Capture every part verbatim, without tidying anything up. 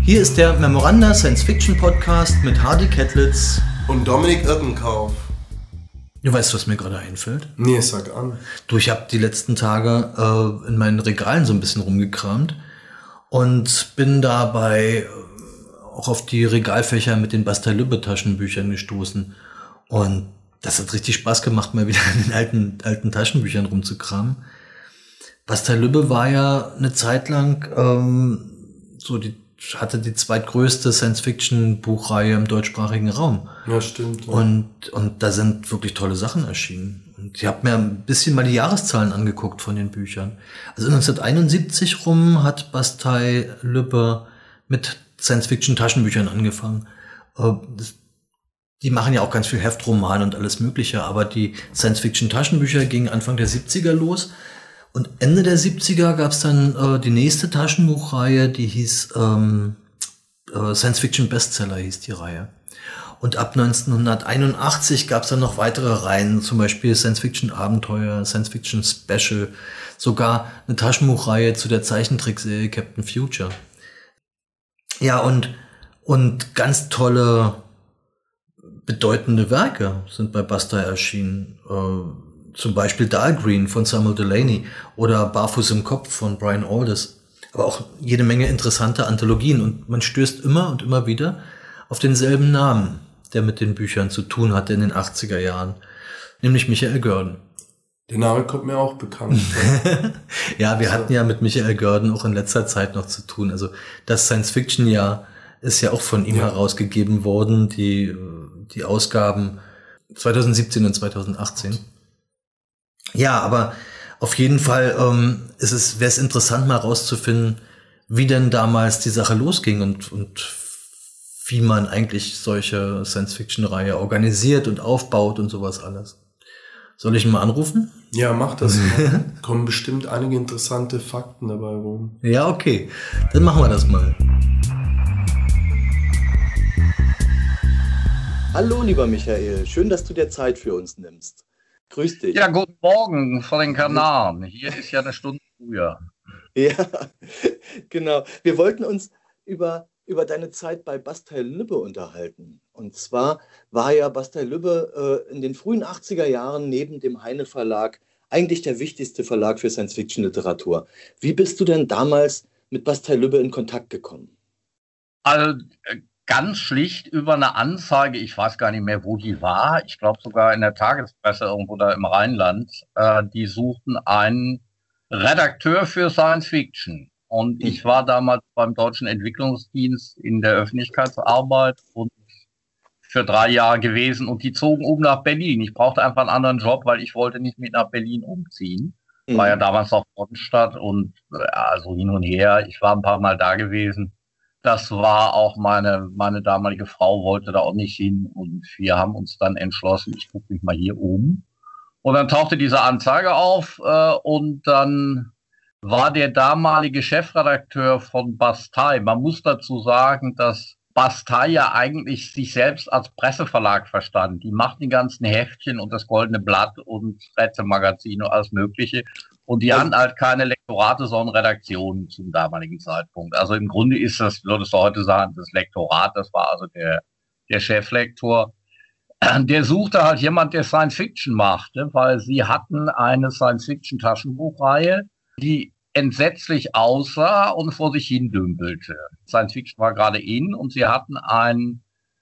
Hier ist der Memoranda Science Fiction Podcast mit Hardy Kettlitz und Dominik Irkenkauf. Du weißt, was mir gerade einfällt? Nee, sag an. Du, ich habe die letzten Tage äh, in meinen Regalen so ein bisschen rumgekramt und bin dabei auch auf die Regalfächer mit den Bastei-Lübbe-Taschenbüchern gestoßen. Und das hat richtig Spaß gemacht, mal wieder in den alten, alten Taschenbüchern rumzukramen. Bastei-Lübbe war ja eine Zeit lang ähm, so die hatte die zweitgrößte Science-Fiction-Buchreihe im deutschsprachigen Raum. Ja, stimmt. Ja. Und, und da sind wirklich tolle Sachen erschienen. Und ich habe mir ein bisschen mal die Jahreszahlen angeguckt von den Büchern. Also neunzehnhunderteinundsiebzig rum hat Bastei-Lübbe mit Science-Fiction-Taschenbüchern angefangen. Die machen ja auch ganz viel Heftroman und alles Mögliche, aber die Science-Fiction-Taschenbücher gingen Anfang der siebziger los. Und Ende der siebziger gab es dann äh, die nächste Taschenbuchreihe, die hieß ähm, äh, Science Fiction Bestseller hieß die Reihe. Und ab neunzehnhunderteinundachtzig gab es dann noch weitere Reihen, zum Beispiel Science Fiction Abenteuer, Science Fiction Special, sogar eine Taschenbuchreihe zu der Zeichentrickserie Captain Future. Ja, und, und ganz tolle, bedeutende Werke sind bei Bastei erschienen. Äh, Zum Beispiel Dahlgreen von Samuel Delany oder Barfuß im Kopf von Brian Aldiss. Aber auch jede Menge interessante Anthologien. Und man stößt immer und immer wieder auf denselben Namen, der mit den Büchern zu tun hatte in den achtziger Jahren. Nämlich Michael Gurdon. Der Name kommt mir auch bekannt. Ja, wir so. hatten ja mit Michael Gurdon auch in letzter Zeit noch zu tun. Also das Science-Fiction-Jahr ist ja auch von ihm ja. herausgegeben worden. Die, die Ausgaben zweitausendsiebzehn und zweitausendachtzehn. Ja, aber auf jeden Fall ähm, ist es, wäre es interessant, mal rauszufinden, wie denn damals die Sache losging und, und wie man eigentlich solche Science-Fiction-Reihe organisiert und aufbaut und sowas alles. Soll ich ihn mal anrufen? Ja, mach das. Kommen bestimmt einige interessante Fakten dabei rum. Ja, okay. Dann machen wir das mal. Hallo, lieber Michael. Schön, dass du dir Zeit für uns nimmst. Grüß dich. Ja, guten Morgen von den Kanaren. Hier ist ja eine Stunde früher. Ja, genau. Wir wollten uns über, über deine Zeit bei Bastei-Lübbe unterhalten. Und zwar war ja Bastei-Lübbe äh, in den frühen achtziger Jahren neben dem Heine Verlag eigentlich der wichtigste Verlag für Science-Fiction-Literatur. Wie bist du denn damals mit Bastei-Lübbe in Kontakt gekommen? Also äh, ganz schlicht über eine Anzeige, ich weiß gar nicht mehr, wo die war, ich glaube sogar in der Tagespresse irgendwo da im Rheinland, äh, die suchten einen Redakteur für Science Fiction. Und ich war damals beim Deutschen Entwicklungsdienst in der Öffentlichkeitsarbeit und für drei Jahre gewesen und die zogen um nach Berlin. Ich brauchte einfach einen anderen Job, weil ich wollte nicht mit nach Berlin umziehen. Mhm. War ja damals noch Frontstadt und ja, so hin und her. Ich war ein paar Mal da gewesen. Das war auch meine, meine damalige Frau wollte da auch nicht hin und wir haben uns dann entschlossen, ich gucke mich mal hier um. Und dann tauchte diese Anzeige auf äh, und dann war der damalige Chefredakteur von Bastei. Man muss dazu sagen, dass Bastei ja eigentlich sich selbst als Presseverlag verstand. Die macht die ganzen Heftchen und das Goldene Blatt und Rätselmagazin und alles Mögliche. Und die hatten halt keine Lektorate, sondern Redaktionen zum damaligen Zeitpunkt. Also im Grunde ist das, würdest du heute sagen, das Lektorat, das war also der, der Cheflektor. Der suchte halt jemand, der Science Fiction machte, weil sie hatten eine Science Fiction Taschenbuchreihe, die entsetzlich aussah und vor sich hin dümpelte. Science Fiction war gerade in und sie hatten ein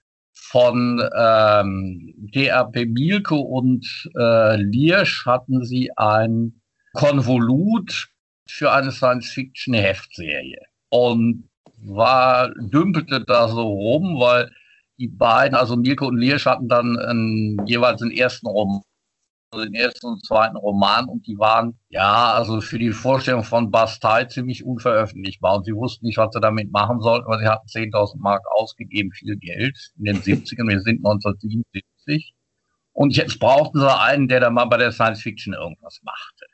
von ähm, D R P Mielke und äh, Liersch hatten sie ein Konvolut für eine Science-Fiction-Heftserie und war, dümpelte da so rum, weil die beiden, also Mielke und Liersch hatten dann einen, jeweils den ersten Roman, also den ersten und zweiten Roman und die waren, ja, also für die Vorstellung von Bastei ziemlich unveröffentlichbar und sie wussten nicht, was sie damit machen sollten, weil sie hatten zehntausend Mark ausgegeben, viel Geld in den siebzigern, wir sind neunzehnhundertsiebenundsiebzig und jetzt brauchten sie einen, der da mal bei der Science-Fiction irgendwas machte.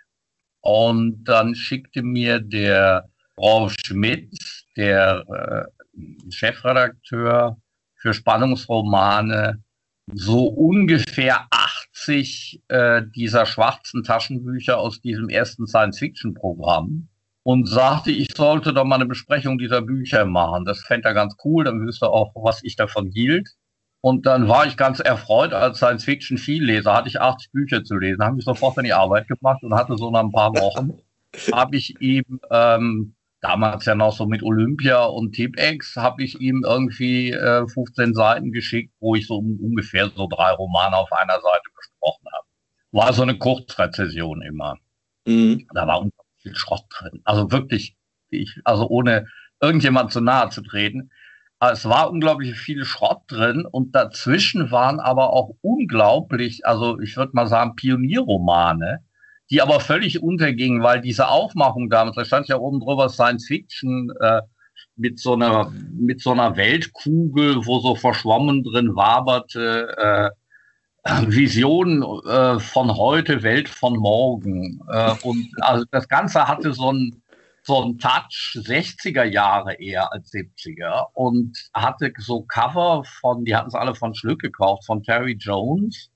Und dann schickte mir der Rolf Schmidt, der äh, Chefredakteur für Spannungsromane, so ungefähr achtzig äh, dieser schwarzen Taschenbücher aus diesem ersten Science-Fiction-Programm. und sagte, ich sollte doch mal eine Besprechung dieser Bücher machen. Das fände er ganz cool, dann wüsste er auch, was ich davon hielt. Und dann war ich ganz erfreut, als Science-Fiction-Vielleser, hatte ich achtzig Bücher zu lesen, habe ich sofort an die Arbeit gemacht und hatte so nach ein paar Wochen, habe ich ihm, ähm, damals ja noch so mit Olympia und Tipp-Ex, habe ich ihm irgendwie äh, fünfzehn Seiten geschickt, wo ich so um, ungefähr so drei Romane auf einer Seite besprochen habe. War so eine Kurzrezession immer. Mhm. Da war unglaublich viel Schrott drin. Also wirklich, ich, also ohne irgendjemand zu nahe zu treten. Es war unglaublich viel Schrott drin und dazwischen waren aber auch unglaublich, also ich würde mal sagen Pionierromane, die aber völlig untergingen, weil diese Aufmachung damals, da stand ja oben drüber Science Fiction äh, mit so einer mit so einer Weltkugel, wo so verschwommen drin waberte, äh, Vision äh, von heute, Welt von morgen. Äh, und also das Ganze hatte so ein so ein Touch sechziger Jahre eher als siebziger und hatte so Cover von, die hatten es alle von Schlück gekauft, von Terry Jones,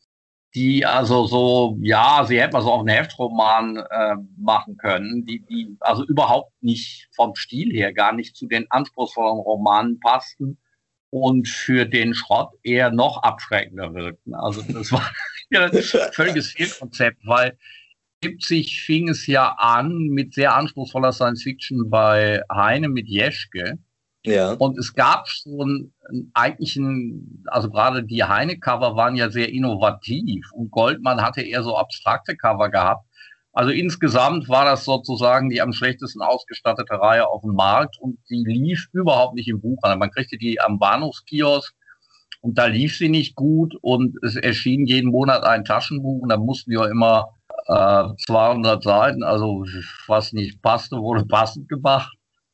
die also so, ja, sie hätten also auch einen Heftroman äh, machen können, die, die also überhaupt nicht vom Stil her gar nicht zu den anspruchsvollen Romanen passten und für den Schrott eher noch abschreckender wirkten. Also das war ein völliges Fehlkonzept, weil siebzig fing es ja an mit sehr anspruchsvoller Science-Fiction bei Heine mit Jeschke. Ja. Und es gab schon eigentlich ein, also gerade die Heine-Cover waren ja sehr innovativ und Goldman hatte eher so abstrakte Cover gehabt. Also insgesamt war das sozusagen die am schlechtesten ausgestattete Reihe auf dem Markt und die lief überhaupt nicht im Buchhandel. Man kriegte die am Bahnhofskiosk und da lief sie nicht gut und es erschien jeden Monat ein Taschenbuch und da mussten wir immer äh, zweihundert Seiten, also was nicht passte, wurde passend gemacht.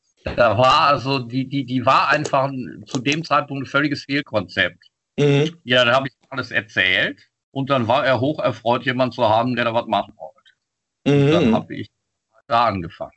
Da war also, die, die, die war einfach ein, zu dem Zeitpunkt ein völliges Fehlkonzept. Mhm. Ja, dann habe ich alles erzählt und dann war er hoch erfreut, jemanden zu haben, der da was machen wollte. Mhm. Und dann habe ich da angefangen.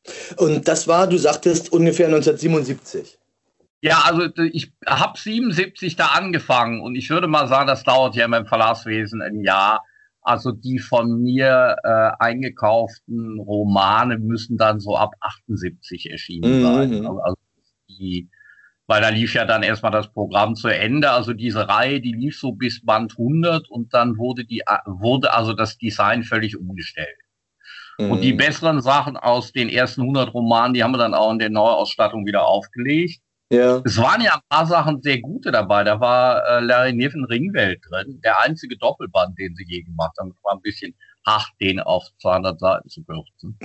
Und das war, du sagtest, ungefähr neunzehnhundertsiebenundsiebzig. Ja, also ich habe siebenundsiebzig da angefangen und ich würde mal sagen, das dauert ja im Verlagswesen ein Jahr. Also die von mir äh, eingekauften Romane müssen dann so ab achtundsiebzig erschienen mhm. sein. Also die, weil da lief ja dann erstmal das Programm zu Ende. Also diese Reihe, die lief so bis Band hundert und dann wurde die wurde also das Design völlig umgestellt. Mhm. Und die besseren Sachen aus den ersten hundert Romanen, die haben wir dann auch in der Neuausstattung wieder aufgelegt. Ja. Es waren ja ein paar Sachen sehr gute dabei. Da war äh, Larry Niven Ringwelt drin, der einzige Doppelband, den sie je gemacht haben. Es war ein bisschen hart, den auf zweihundert Seiten zu kürzen.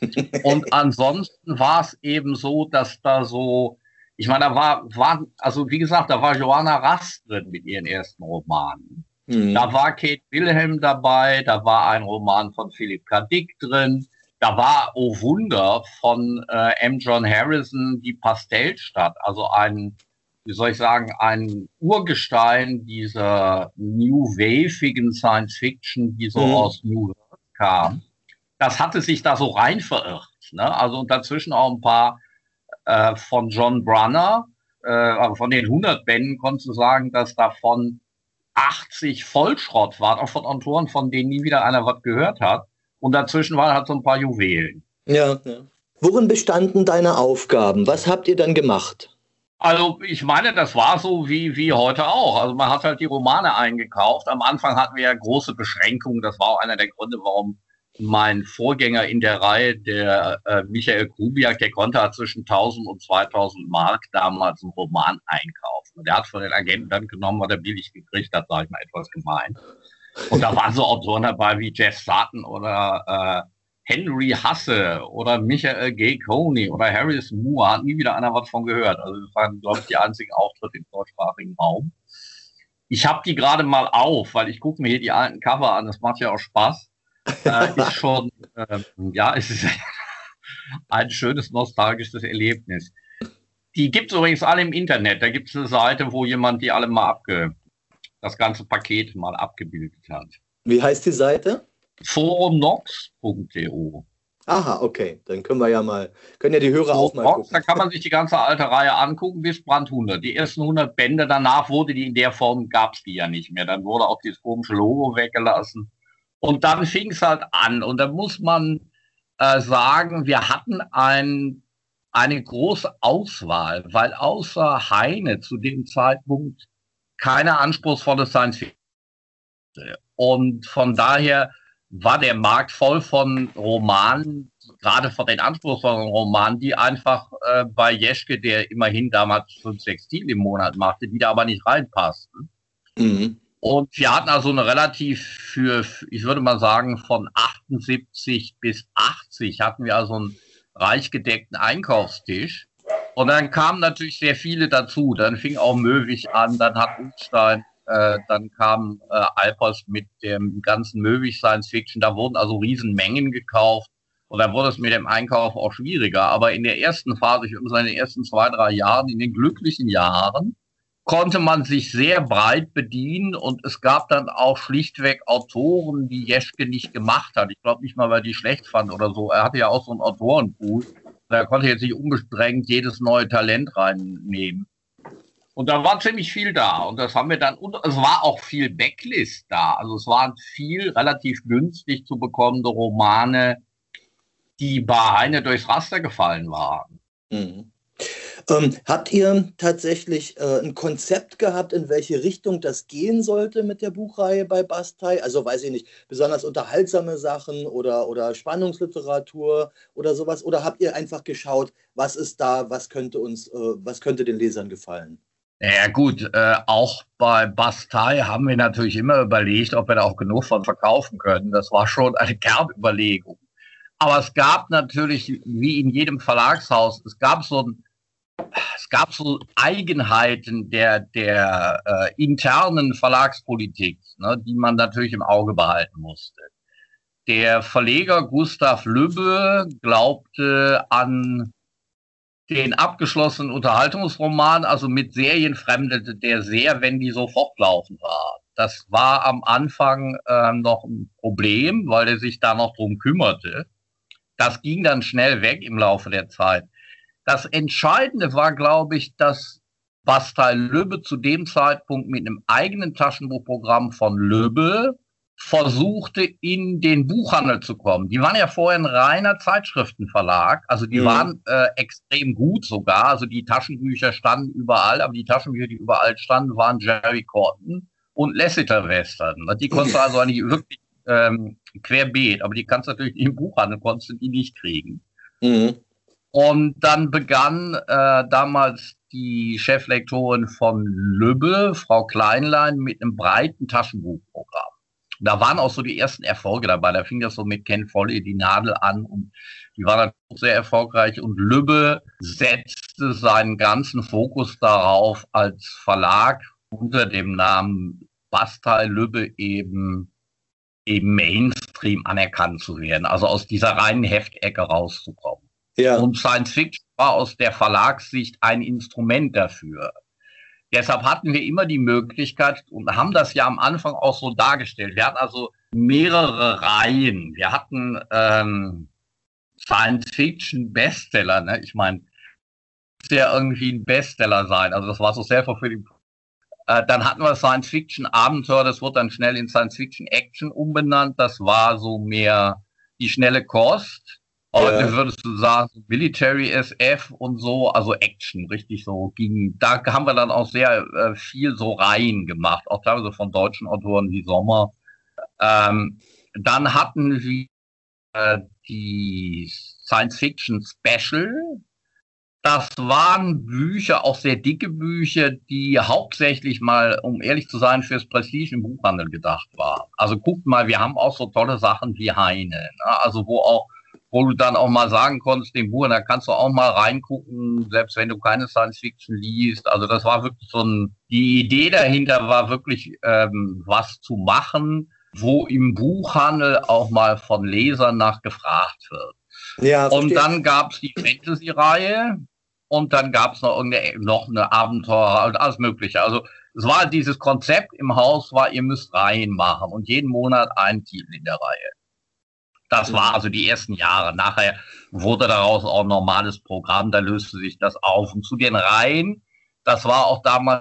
Und ansonsten war es eben so, dass da so, ich meine, da war, war, also wie gesagt, da war Johanna Rast drin mit ihren ersten Romanen. Mhm. Da war Kate Wilhelm dabei, da war ein Roman von Philipp K. Dick drin. Da war, oh Wunder, von äh, M. John Harrison die Pastellstadt, also ein, wie soll ich sagen, ein Urgestein dieser New Wave-igen Science-Fiction, die so mhm. aus New York kam. Das hatte sich da so rein verirrt, ne? Also und dazwischen auch ein paar äh, von John Brunner, äh, also von den hundert Bänden konntest du sagen, dass davon achtzig Vollschrott waren, auch von Autoren, von denen nie wieder einer was gehört hat. Und dazwischen waren halt so ein paar Juwelen. Ja, ja. Worin bestanden deine Aufgaben? Was habt ihr dann gemacht? Also ich meine, das war so wie, wie heute auch. Also man hat halt die Romane eingekauft. Am Anfang hatten wir ja große Beschränkungen. Das war auch einer der Gründe, warum mein Vorgänger in der Reihe, der äh, Michael Kubiak, der konnte halt zwischen tausend und zweitausend Mark damals einen Roman einkaufen. Und der hat von den Agenten dann genommen, was er billig gekriegt hat, sage ich mal etwas gemein. Und da waren so Autoren dabei wie Jeff Sutton oder äh, Henry Hasse oder Michael G. Coney oder Harris Moore. Hat nie wieder einer was von gehört. Also das waren, glaube ich, die einzigen Auftritte im deutschsprachigen Raum. Ich habe die gerade mal auf, weil ich gucke mir hier die alten Cover an. Das macht ja auch Spaß. Äh, ist schon, äh, ja, es ist ein schönes nostalgisches Erlebnis. Die gibt es übrigens alle im Internet. Da gibt es eine Seite, wo jemand die alle mal abge... das ganze Paket mal abgebildet hat. Wie heißt die Seite? forumnox punkt to. Aha, okay. Dann können wir ja mal, können ja die Hörer auch mal gucken. Da kann man sich die ganze alte Reihe angucken bis Band hundert. Die ersten hundert Bände, danach wurde die in der Form, gab es die ja nicht mehr. Dann wurde auch dieses komische Logo weggelassen. Und dann fing es halt an. Und da muss man äh, sagen, wir hatten ein, eine große Auswahl, weil außer Heine zu dem Zeitpunkt keine anspruchsvolle Science-Fiction. Und von daher war der Markt voll von Romanen, gerade von den anspruchsvollen Romanen, die einfach äh, bei Jeschke, der immerhin damals fünf, sechs Titel im Monat machte, die da aber nicht reinpassten. Mhm. Und wir hatten also eine relativ für, ich würde mal sagen, von achtundsiebzig bis achtzig hatten wir also einen reich gedeckten Einkaufstisch. Und dann kamen natürlich sehr viele dazu. Dann fing auch Möwig an, dann hat Ulstein, äh, dann kam äh, Alpers mit dem ganzen Möwig Science Fiction. Da wurden also Riesenmengen gekauft. Und dann wurde es mit dem Einkauf auch schwieriger. Aber in der ersten Phase, ich würde sagen, in den ersten zwei, drei Jahren, in den glücklichen Jahren, konnte man sich sehr breit bedienen. Und es gab dann auch schlichtweg Autoren, die Jeschke nicht gemacht hat. Ich glaube nicht mal, weil die schlecht fand oder so. Er hatte ja auch so einen Autorenpool. Da konnte jetzt nicht unbestrengt jedes neue Talent reinnehmen. Und da war ziemlich viel da. Und das haben wir dann, und es war auch viel Backlist da. Also es waren viel relativ günstig zu bekommende Romane, die bei Heine durchs Raster gefallen waren. Mhm. Ähm, habt ihr tatsächlich äh, ein Konzept gehabt, in welche Richtung das gehen sollte mit der Buchreihe bei Bastei? Also weiß ich nicht, besonders unterhaltsame Sachen oder, oder Spannungsliteratur oder sowas? Oder habt ihr einfach geschaut, was ist da, was könnte uns, äh, was könnte den Lesern gefallen? Ja gut, äh, auch bei Bastei haben wir natürlich immer überlegt, ob wir da auch genug von verkaufen können. Das war schon eine Kernüberlegung. Aber es gab natürlich, wie in jedem Verlagshaus, es gab so ein Es gab so Eigenheiten der, der äh, internen Verlagspolitik, ne, die man natürlich im Auge behalten musste. Der Verleger Gustav Lübbe glaubte an den abgeschlossenen Unterhaltungsroman, also mit Serien fremdelte der sehr, wenn die so fortlaufend war. Das war am Anfang äh, noch ein Problem, weil er sich da noch drum kümmerte. Das ging dann schnell weg im Laufe der Zeit. Das Entscheidende war, glaube ich, dass Bastei Lübbe zu dem Zeitpunkt mit einem eigenen Taschenbuchprogramm von Lübbe versuchte, in den Buchhandel zu kommen. Die waren ja vorher ein reiner Zeitschriftenverlag, also die mhm. waren äh, extrem gut sogar, also die Taschenbücher standen überall, aber die Taschenbücher, die überall standen, waren Jerry Corton und Lasseter Western. Die konntest du also eigentlich wirklich ähm, querbeet, aber die kannst du natürlich im Buchhandel, konntest du die nicht kriegen. Mhm. Und dann begann äh, damals die Cheflektorin von Lübbe, Frau Kleinlein, mit einem breiten Taschenbuchprogramm. Da waren auch so die ersten Erfolge dabei. Da fing das so mit Ken Follett die Nadel an und die war dann auch sehr erfolgreich. Und Lübbe setzte seinen ganzen Fokus darauf, als Verlag unter dem Namen Bastei Lübbe eben, eben Mainstream anerkannt zu werden. Also aus dieser reinen Heftecke rauszukommen. Ja. Und Science Fiction war aus der Verlagssicht ein Instrument dafür. Deshalb hatten wir immer die Möglichkeit und haben das ja am Anfang auch so dargestellt. Wir hatten also mehrere Reihen. Wir hatten ähm, Science Fiction Bestseller. Ne? Ich meine, muss ja irgendwie ein Bestseller sein. Also das war so selbstverständlich. Äh, dann hatten wir Science Fiction Abenteuer. Das wurde dann schnell in Science Fiction Action umbenannt. Das war so mehr die schnelle Kost. Heute ja. Würdest du sagen, Military S F und so, also Action, richtig so ging. Da haben wir dann auch sehr äh, viel so Reihen gemacht, auch teilweise von deutschen Autoren wie Sommer. Ähm, dann hatten wir äh, die Science Fiction Special. Das waren Bücher, auch sehr dicke Bücher, die hauptsächlich mal, um ehrlich zu sein, fürs Prestige im Buchhandel gedacht waren. Also guckt mal, wir haben auch so tolle Sachen wie Heine, ne? Also wo auch wo du dann auch mal sagen konntest, dem Buch, da kannst du auch mal reingucken, selbst wenn du keine Science-Fiction liest. Also das war wirklich so ein, die Idee dahinter war wirklich, ähm, was zu machen, wo im Buchhandel auch mal von Lesern nach gefragt wird. Ja, und dann gab es die Fantasy-Reihe und dann gab es noch irgendeine, noch eine Abenteuer und alles Mögliche. Also es war dieses Konzept im Haus, war, ihr müsst Reihen machen und jeden Monat einen Titel in der Reihe. Das war also die ersten Jahre. Nachher wurde daraus auch ein normales Programm, da löste sich das auf. Und zu den Reihen, das war auch damals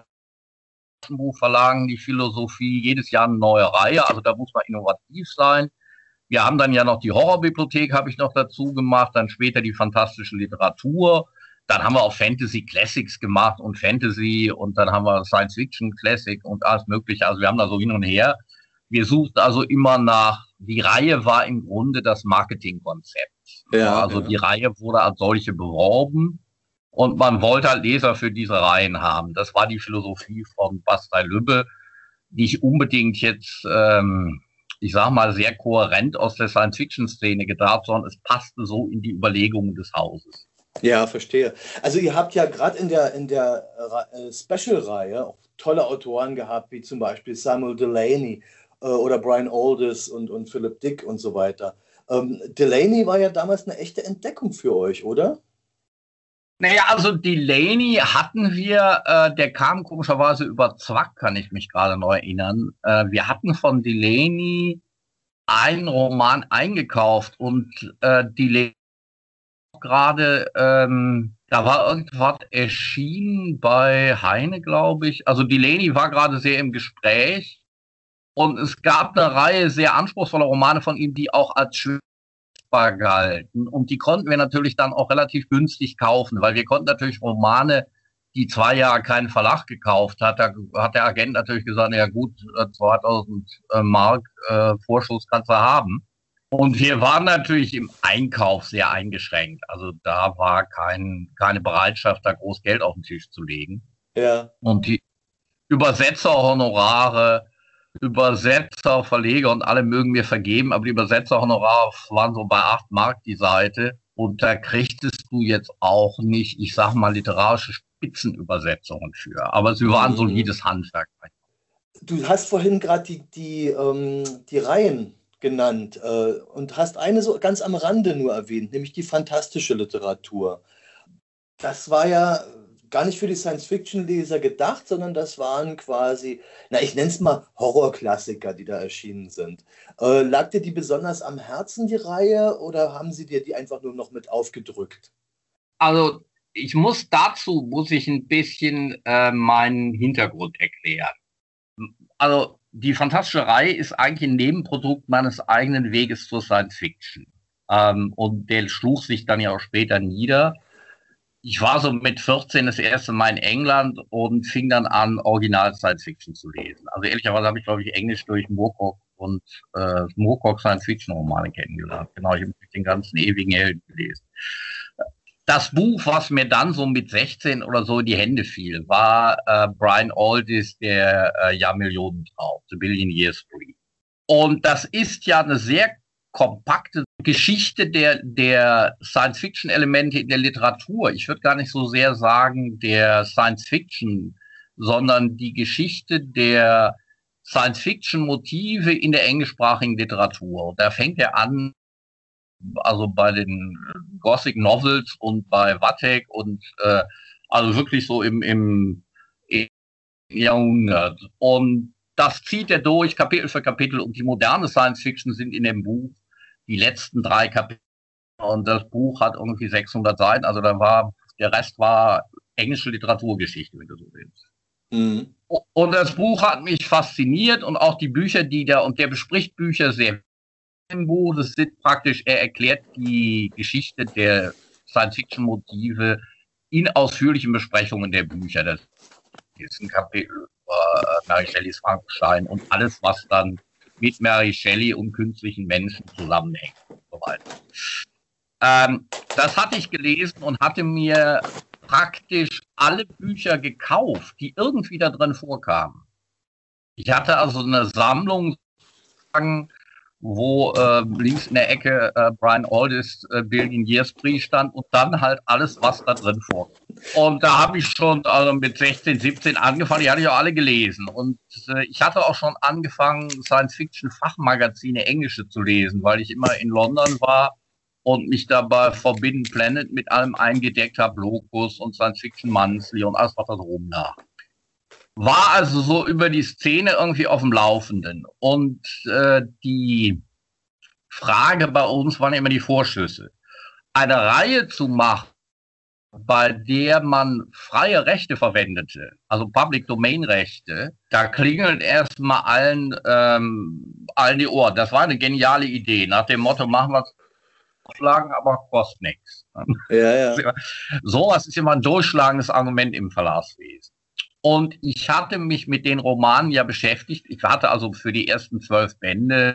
in Buchverlagen die Philosophie, jedes Jahr eine neue Reihe, also da muss man innovativ sein. wir haben dann ja noch die Horrorbibliothek, habe ich noch dazu gemacht, dann später die fantastische Literatur. Dann haben wir auch Fantasy Classics gemacht und Fantasy und dann haben wir Science Fiction Classic und alles Mögliche. Also wir haben da so hin und her. Wir suchten also immer nach, die Reihe war im Grunde das Marketingkonzept. Ja, also ja. Die Reihe wurde als solche beworben und man wollte halt Leser für diese Reihen haben. Das war die Philosophie von Bastei Lübbe, die ich unbedingt jetzt, ähm, ich sag mal, sehr kohärent aus der Science-Fiction-Szene gedacht, sondern es passte so in die Überlegungen des Hauses. Ja, verstehe. Also ihr habt ja gerade in der, in der äh, Special-Reihe auch tolle Autoren gehabt, wie zum Beispiel Samuel Delany äh, oder Brian Aldiss und, und Philip Dick und so weiter. Ähm, Delany war ja damals eine echte Entdeckung für euch, oder? Naja, also Delany hatten wir, äh, der kam komischerweise über Zwack, kann ich mich gerade noch erinnern. Äh, wir hatten von Delany einen Roman eingekauft und äh, Delany gerade, ähm, da war irgendwas erschienen bei Heine, glaube ich. Also Delany war gerade sehr im Gespräch und es gab eine Reihe sehr anspruchsvoller Romane von ihm, die auch als schwer galten. Und die konnten wir natürlich dann auch relativ günstig kaufen, weil wir konnten natürlich Romane, die zwei Jahre keinen Verlag gekauft hat, da hat der Agent natürlich gesagt, ja gut, zweitausend Mark äh, Vorschuss kannst du haben. Und wir waren natürlich im Einkauf sehr eingeschränkt. Also da war kein, keine Bereitschaft, da groß Geld auf den Tisch zu legen. Ja. Und die Übersetzerhonorare, Übersetzer, Verleger und alle mögen mir vergeben, aber die Übersetzerhonorare waren so bei acht Mark die Seite. Und da kriegtest du jetzt auch nicht, ich sag mal, literarische Spitzenübersetzungen für. Aber sie waren mhm. solides Handwerk. Du hast vorhin gerade die, die, ähm, die Reihen genannt äh, und hast eine so ganz am Rande nur erwähnt, nämlich die fantastische Literatur. Das war ja gar nicht für die Science-Fiction-Leser gedacht, sondern das waren quasi, na ich nenne es mal Horrorklassiker, die da erschienen sind. Äh, lag dir die besonders am Herzen, die Reihe, oder haben sie dir die einfach nur noch mit aufgedrückt? Also ich muss dazu, muss ich ein bisschen äh, meinen Hintergrund erklären. Also die fantastische Reihe ist eigentlich ein Nebenprodukt meines eigenen Weges zur Science-Fiction. Ähm, und der schlug sich dann ja auch später nieder. Ich war so mit vierzehn das erste Mal in England und fing dann an, Original Science-Fiction zu lesen. Also ehrlicherweise habe ich, glaube ich, Englisch durch Moorcock und äh, Moorcock Science-Fiction-Romane kennengelernt. Genau, ich habe den ganzen ewigen Helden gelesen. Das Buch, was mir dann so mit sechzehn oder so in die Hände fiel, war äh, Brian Aldiss, der äh, Jahrmillionentraum, The Billion Years Spree. Und das ist ja eine sehr kompakte Geschichte der, der Science-Fiction-Elemente in der Literatur. Ich würde gar nicht so sehr sagen der Science-Fiction, sondern die Geschichte der Science-Fiction-Motive in der englischsprachigen Literatur. Und da fängt er an, also bei den Gothic Novels und bei Wattek und äh, also wirklich so im, im, im Jahrhundert. Und das zieht er durch, Kapitel für Kapitel. Und die moderne Science Fiction sind in dem Buch die letzten drei Kapitel. Und das Buch hat irgendwie sechshundert Seiten. Also da war, der Rest war englische Literaturgeschichte, wenn du so willst. Mhm. Und das Buch hat mich fasziniert und auch die Bücher, die der, und der bespricht Bücher sehr im Buch, das sind praktisch, er erklärt die Geschichte der Science-Fiction-Motive in ausführlichen Besprechungen der Bücher. Das ist ein Kapitel über Mary Shelleys Frankenstein und alles, was dann mit Mary Shelley und künstlichen Menschen zusammenhängt und so weiter. Ähm, das hatte ich gelesen und hatte mir praktisch alle Bücher gekauft, die irgendwie da drin vorkamen. Ich hatte also eine Sammlung, wo äh, links in der Ecke äh, Brian Aldiss äh, Billion Years Spree stand und dann halt alles, was da drin vorkommt. Und da habe ich schon also mit sechzehn, siebzehn angefangen, die hatte ich auch alle gelesen. Und äh, ich hatte auch schon angefangen, Science-Fiction-Fachmagazine englische zu lesen, weil ich immer in London war und mich da bei Forbidden Planet mit allem eingedeckt habe, Locus und Science-Fiction Monthly und alles, was da drum lag. War also so über die Szene irgendwie auf dem Laufenden. Und äh, die Frage bei uns waren immer die Vorschüsse. Eine Reihe zu machen, bei der man freie Rechte verwendete, also Public Domain Rechte, da klingeln erstmal allen, ähm, allen die Ohren. Das war eine geniale Idee, nach dem Motto, machen wir es schlagen, aber kostet nichts. Ja, ja. Sowas ist immer ein durchschlagendes Argument im Verlagswesen. Und ich hatte mich mit den Romanen ja beschäftigt. Ich hatte also für die ersten zwölf Bände,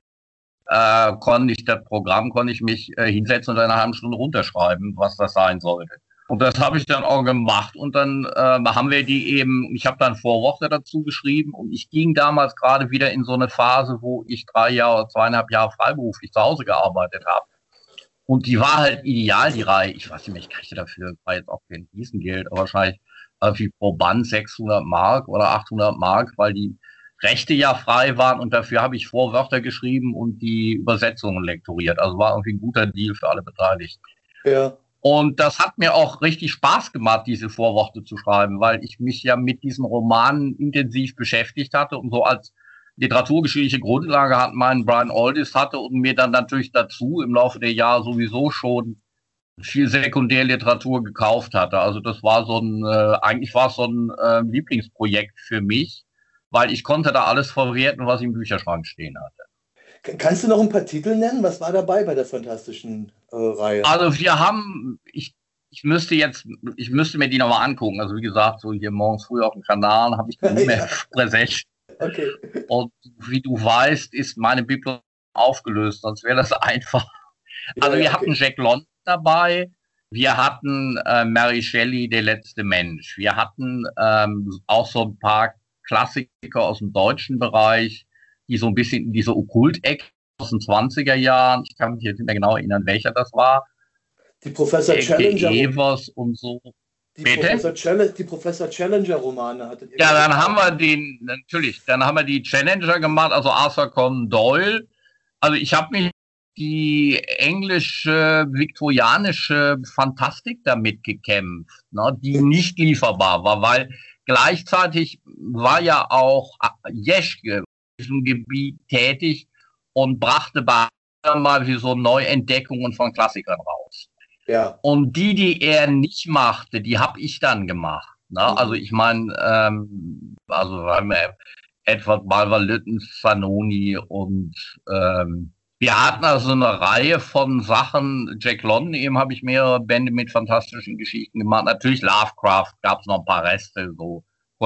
äh, konnte ich das Programm, konnte ich mich äh, hinsetzen und eine halbe Stunde runterschreiben, was das sein sollte. Und das habe ich dann auch gemacht. Und dann äh, haben wir die eben, ich habe dann Vorworte dazu geschrieben und ich ging damals gerade wieder in so eine Phase, wo ich drei Jahre, zweieinhalb Jahre freiberuflich zu Hause gearbeitet habe. Und die war halt ideal, die Reihe. Ich weiß nicht mehr, ich kriegte dafür, war jetzt auch kein Riesengeld, aber wahrscheinlich wie pro Band sechshundert Mark oder achthundert Mark, weil die Rechte ja frei waren und dafür habe ich Vorwörter geschrieben und die Übersetzungen lektoriert. Also war irgendwie ein guter Deal für alle Beteiligten. Ja. Und das hat mir auch richtig Spaß gemacht, diese Vorworte zu schreiben, weil ich mich ja mit diesen Romanen intensiv beschäftigt hatte und so als literaturgeschichtliche Grundlage hat meinen Brian Aldiss hatte und mir dann natürlich dazu im Laufe der Jahre sowieso schon viel Sekundärliteratur gekauft hatte. Also das war so ein, äh, eigentlich war es so ein äh, Lieblingsprojekt für mich, weil ich konnte da alles verwerten, was ich im Bücherschrank stehen hatte. Kannst du noch ein paar Titel nennen? Was war dabei bei der fantastischen äh, Reihe? Also wir haben, ich, ich müsste jetzt, ich müsste mir die nochmal angucken. Also wie gesagt, so hier morgens früh auf dem Kanal habe ich die nicht mehr präsent. Okay. Und wie du weißt, ist meine Bibliothek aufgelöst, sonst wäre das einfach. Also Ja, wir okay. hatten Jack London dabei, wir hatten äh, Mary Shelley, Der letzte Mensch. Wir hatten ähm, auch so ein paar Klassiker aus dem deutschen Bereich, die so ein bisschen in diese Okkult-Ecke aus den zwanziger Jahren, ich kann mich jetzt nicht mehr genau erinnern, welcher das war. Die Professor Challenger. Evers und so. Die Bitte? Professor, Chall die Professor Challenger Romane hattet ihr. Ja, dann haben wir den, natürlich, dann haben wir die Challenger gemacht, also Arthur Conan Doyle. Also ich habe mich die englische, viktorianische Fantastik damit gekämpft, ne, die nicht lieferbar war, weil gleichzeitig war ja auch Jeschke in diesem Gebiet tätig und brachte bei mal wie so Neuentdeckungen von Klassikern raus. Ja. Und die, die er nicht machte, die habe ich dann gemacht. Ne? Mhm. Also ich meine, ähm, also wir haben ja Edward Bulwer-Lytton, Zanoni und ähm, wir hatten also eine Reihe von Sachen. Jack London eben habe ich mehrere Bände mit fantastischen Geschichten gemacht. Natürlich Lovecraft, gab es noch ein paar Reste, so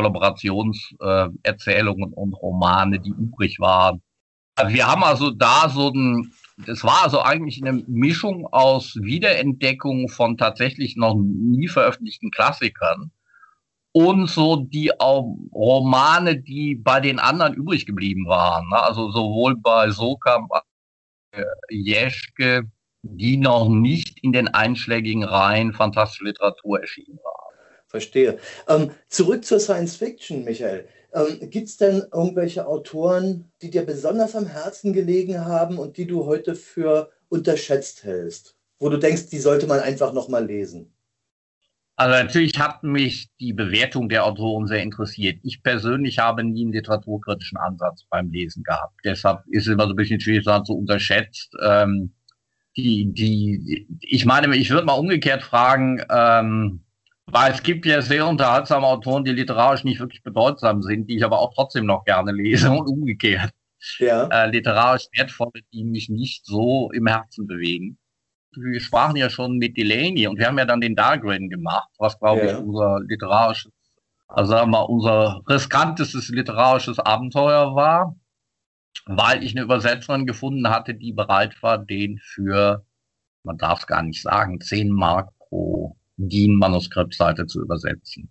Kollaborationserzählungen äh, und Romane, die übrig waren. Also wir haben also da so ein, das war also eigentlich eine Mischung aus Wiederentdeckung von tatsächlich noch nie veröffentlichten Klassikern und so die auch Romane, die bei den anderen übrig geblieben waren. Ne? Also sowohl bei Sokamp als auch Jeschke, die noch nicht in den einschlägigen Reihen fantastische Literatur erschienen waren. Verstehe. Ähm, zurück zur Science Fiction, Michael. Ähm, Gibt es denn irgendwelche Autoren, die dir besonders am Herzen gelegen haben und die du heute für unterschätzt hältst? Wo du denkst, die sollte man einfach nochmal lesen? Also natürlich hat mich die Bewertung der Autoren sehr interessiert. Ich persönlich habe nie einen literaturkritischen Ansatz beim Lesen gehabt. Deshalb ist es immer so ein bisschen schwierig, so unterschätzt. Ähm, die, die, ich meine, ich würde mal umgekehrt fragen, ähm, weil es gibt ja sehr unterhaltsame Autoren, die literarisch nicht wirklich bedeutsam sind, die ich aber auch trotzdem noch gerne lese und umgekehrt. Ja. Äh, literarisch wertvolle, die mich nicht so im Herzen bewegen. Wir sprachen ja schon mit Delaney und wir haben ja dann den Dahlgren gemacht, was, glaube Ja. ich, unser literarisches, also sagen wir mal, unser riskantestes literarisches Abenteuer war, weil ich eine Übersetzerin gefunden hatte, die bereit war, den für, man darf es gar nicht sagen, zehn Mark pro D I N-Manuskriptseite zu übersetzen.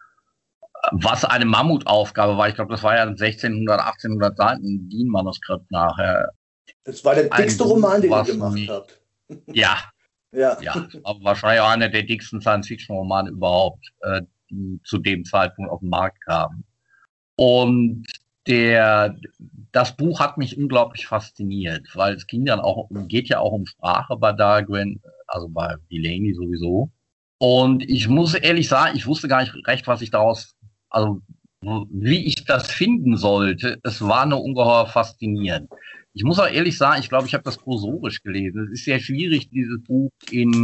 Was eine Mammutaufgabe war. Ich glaube, das war ja sechzehnhundert, achtzehnhundert Seiten D I N-Manuskript nachher. Das war der dickste Ein Roman, den was ihr gemacht mich- habt. Ja, Ja. ja, aber wahrscheinlich auch einer der dicksten Science-Fiction-Romane überhaupt, äh, die zu dem Zeitpunkt auf den Markt kamen. Und der, das Buch hat mich unglaublich fasziniert, weil es ging dann auch, geht ja auch um Sprache bei Dahlgren, also bei Delaney sowieso. Und ich muss ehrlich sagen, ich wusste gar nicht recht, was ich daraus, also wie ich das finden sollte. Es war nur ungeheuer faszinierend. Ich muss auch ehrlich sagen, ich glaube, ich habe das prosorisch gelesen. Es ist sehr schwierig, dieses Buch in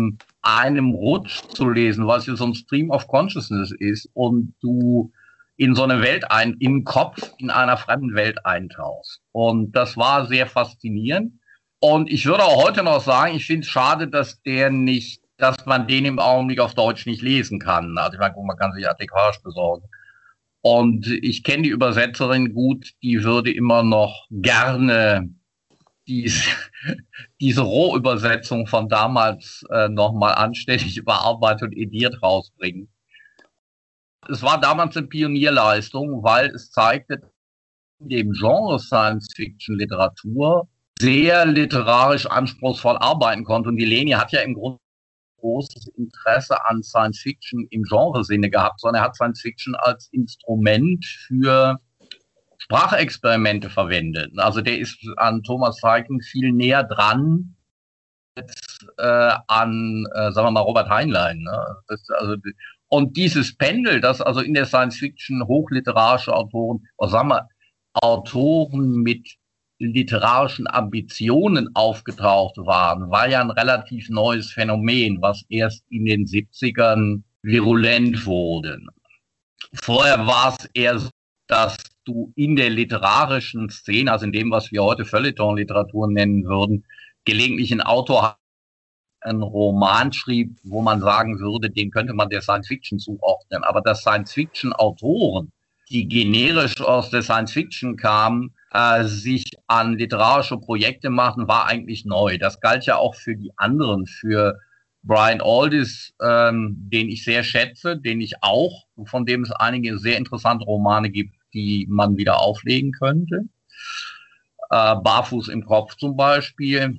einem Rutsch zu lesen, weil es ja so ein Stream of Consciousness ist und du in so eine Welt ein, im Kopf in einer fremden Welt eintauchst. Und das war sehr faszinierend. Und ich würde auch heute noch sagen, ich finde es schade, dass der nicht, dass man den im Augenblick auf Deutsch nicht lesen kann. Also ich meine, man kann sich Artikelage besorgen. Und ich kenne die Übersetzerin gut, die würde immer noch gerne Dies, diese Rohübersetzung von damals äh, nochmal anständig überarbeitet und ediert rausbringen. Es war damals eine Pionierleistung, weil es zeigte, in dem Genre Science-Fiction-Literatur sehr literarisch anspruchsvoll arbeiten konnte. Und die Leni hat ja im Grunde großes Interesse an Science-Fiction im Genresinne gehabt, sondern er hat Science-Fiction als Instrument für Sprachexperimente verwendet. Also der ist an Thomas Teichen viel näher dran als äh, an, äh, sagen wir mal, Robert Heinlein. Ne? Das, also, und dieses Pendel, das also in der Science-Fiction hochliterarische Autoren, was sagen wir, Autoren mit literarischen Ambitionen aufgetaucht waren, war ja ein relativ neues Phänomen, was erst in den siebzigern virulent wurde. Vorher war es eher so, dass du in der literarischen Szene, also in dem, was wir heute Feuilleton-Literatur nennen würden, gelegentlich ein Autor einen Roman schrieb, wo man sagen würde, den könnte man der Science-Fiction zuordnen. Aber dass Science-Fiction-Autoren, die generisch aus der Science-Fiction kamen, äh, sich an literarische Projekte machen, war eigentlich neu. Das galt ja auch für die anderen, für Brian Aldiss, ähm, den ich sehr schätze, den ich auch, von dem es einige sehr interessante Romane gibt, die man wieder auflegen könnte. Äh, Barfuß im Kopf zum Beispiel.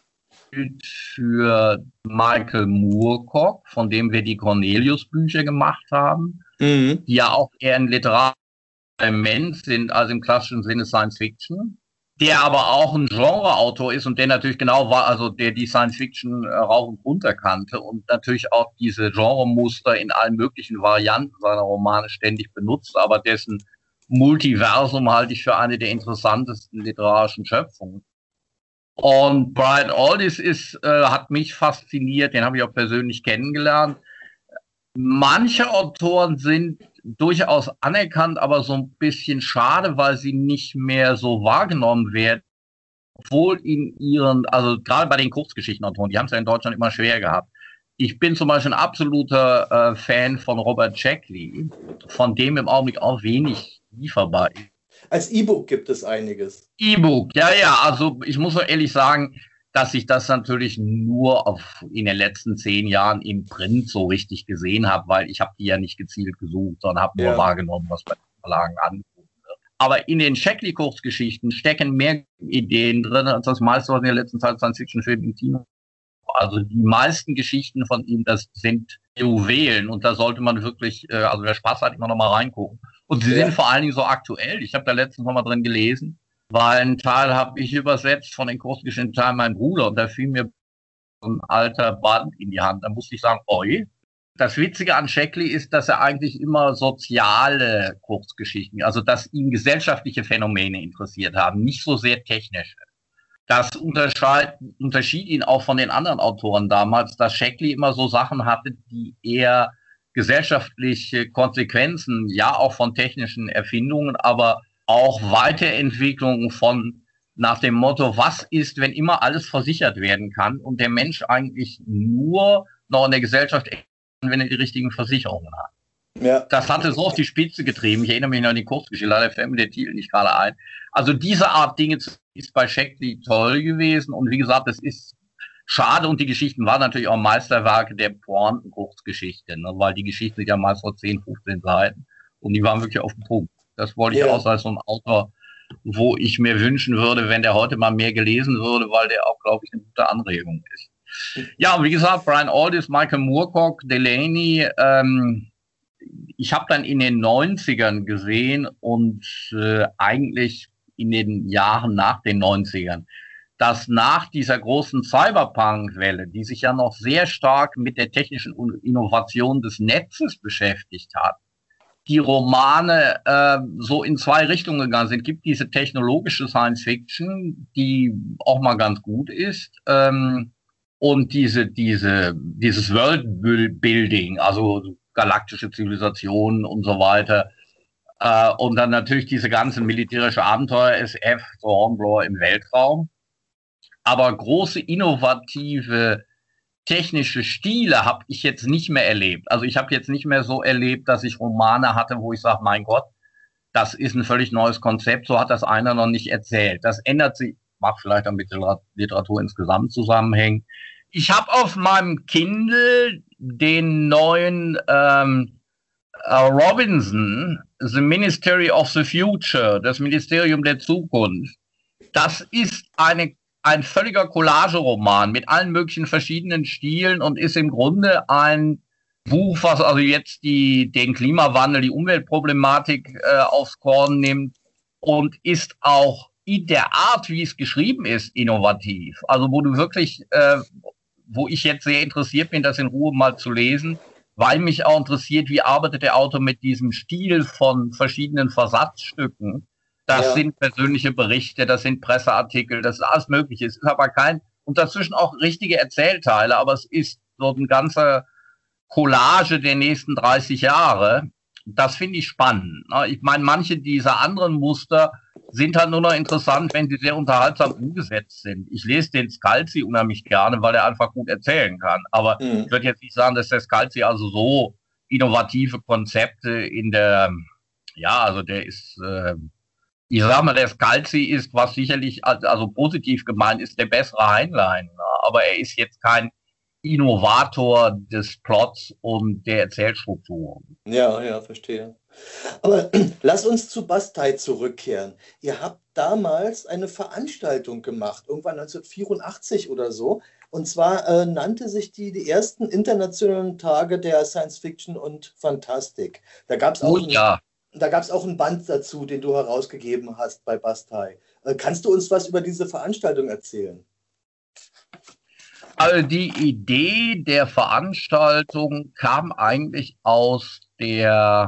Für Michael Moorcock, von dem wir die Cornelius-Bücher gemacht haben, mhm. die ja auch eher ein literarisches Element sind, also im klassischen Sinne Science-Fiction, der aber auch ein Genreautor ist und der natürlich genau war, also der die Science-Fiction äh, rauf und runter kannte und natürlich auch diese Genremuster in allen möglichen Varianten seiner Romane ständig benutzt, aber dessen Multiversum halte ich für eine der interessantesten literarischen Schöpfungen. Und Brian Aldiss ist, äh, hat mich fasziniert, den habe ich auch persönlich kennengelernt. Manche Autoren sind durchaus anerkannt, aber so ein bisschen schade, weil sie nicht mehr so wahrgenommen werden, obwohl in ihren, also gerade bei den Kurzgeschichtenautoren, die haben es ja in Deutschland immer schwer gehabt. Ich bin zum Beispiel ein absoluter äh, Fan von Robert Sheckley, von dem im Augenblick auch wenig lieferbar ist. Als E-Book gibt es einiges. E-Book, ja, ja, also ich muss auch ehrlich sagen, dass ich das natürlich nur auf, in den letzten zehn Jahren im Print so richtig gesehen habe, weil ich habe die ja nicht gezielt gesucht, sondern habe nur ja. wahrgenommen, was bei den Verlagen angeboten wird. Aber in den Sheckley-Kurzgeschichten stecken mehr Ideen drin, als das meiste, was in der letzten Zeit Science-Fiction-Film im Kino. Also die meisten Geschichten von ihm, das sind Juwelen und da sollte man wirklich, also wer Spaß hat, immer noch mal reingucken. Und sie ja. sind vor allen Dingen so aktuell. Ich habe da letztens noch mal drin gelesen, weil einen Teil habe ich übersetzt von den Kurzgeschichten Teil mein Bruder und da fiel mir ein alter Band in die Hand. Da musste ich sagen, oi. Das Witzige an Sheckley ist, dass er eigentlich immer soziale Kurzgeschichten, also dass ihn gesellschaftliche Phänomene interessiert haben, nicht so sehr technische. Das unterschied, unterschied ihn auch von den anderen Autoren damals, dass Sheckley immer so Sachen hatte, die eher gesellschaftliche Konsequenzen, ja auch von technischen Erfindungen, aber auch Weiterentwicklungen von nach dem Motto, was ist, wenn immer alles versichert werden kann und der Mensch eigentlich nur noch in der Gesellschaft, wenn er die richtigen Versicherungen hat. Ja. Das hatte so auf die Spitze getrieben. Ich erinnere mich noch an die Kurzgeschichte, leider fällt mir der Titel nicht gerade ein. Also diese Art Dinge ist bei Sheckley toll gewesen und wie gesagt, es ist schade und die Geschichten waren natürlich auch Meisterwerke der Pointen-Kurzgeschichte, ne? Weil die Geschichten sind ja meist vor zehn, fünfzehn Seiten und die waren wirklich auf den Punkt. Das wollte ich ja. auch als so ein Autor, wo ich mir wünschen würde, wenn der heute mal mehr gelesen würde, weil der auch, glaube ich, eine gute Anregung ist. Ja, und wie gesagt, Brian Aldiss, Michael Moorcock, Delaney, ähm, ich habe dann in den neunzigern gesehen und äh, eigentlich in den Jahren nach den neunzigern, dass nach dieser großen Cyberpunk-Welle, die sich ja noch sehr stark mit der technischen Innovation des Netzes beschäftigt hat, die Romane äh, so in zwei Richtungen gegangen sind. Es gibt diese technologische Science-Fiction, die auch mal ganz gut ist, ähm, Und diese, diese, dieses Worldbuilding, also galaktische Zivilisationen und so weiter. Äh, und dann natürlich diese ganzen militärische Abenteuer, S F, so Hornblower im Weltraum. Aber große, innovative, technische Stile habe ich jetzt nicht mehr erlebt. Also ich habe jetzt nicht mehr so erlebt, dass ich Romane hatte, wo ich sage, mein Gott, das ist ein völlig neues Konzept, so hat das einer noch nicht erzählt. Das ändert sich, mag vielleicht auch mit der Literatur insgesamt zusammenhängen. Ich habe auf meinem Kindle den neuen ähm, uh, Robinson, The Ministry of the Future, das Ministerium der Zukunft. Das ist eine, ein völliger Collageroman mit allen möglichen verschiedenen Stilen und ist im Grunde ein Buch, was also jetzt die, den Klimawandel, die Umweltproblematik äh, aufs Korn nimmt und ist auch in der Art, wie es geschrieben ist, innovativ. Also wo du wirklich, äh, wo ich jetzt sehr interessiert bin, das in Ruhe mal zu lesen, weil mich auch interessiert, wie arbeitet der Autor mit diesem Stil von verschiedenen Versatzstücken. Das ja. sind persönliche Berichte, das sind Presseartikel, das ist alles Mögliche. Es ist aber kein, und dazwischen auch richtige Erzählteile, aber es ist so ein ganzer Collage der nächsten dreißig Jahre. Das finde ich spannend. Ich meine, manche dieser anderen Muster sind halt nur noch interessant, wenn sie sehr unterhaltsam umgesetzt sind. Ich lese den Scalzi unheimlich gerne, weil er einfach gut erzählen kann. Aber mhm. ich würde jetzt nicht sagen, dass der Scalzi also so innovative Konzepte in der, ja, also der ist, äh, ich sag mal, der Scalzi ist, was sicherlich, also positiv gemeint ist, der bessere Heinlein. Aber er ist jetzt kein Innovator des Plots und der Erzählstrukturen. Ja, ja, verstehe. Aber lass uns zu Bastei zurückkehren. Ihr habt damals eine Veranstaltung gemacht, irgendwann neunzehnhundertvierundachtzig oder so. Und zwar äh, nannte sich die die ersten internationalen Tage der Science Fiction und Fantastik. Da gab es auch, oh, ja. da gab's auch ein Band dazu, den du herausgegeben hast bei Bastei. Äh, kannst du uns was über diese Veranstaltung erzählen? Also die Idee der Veranstaltung kam eigentlich aus der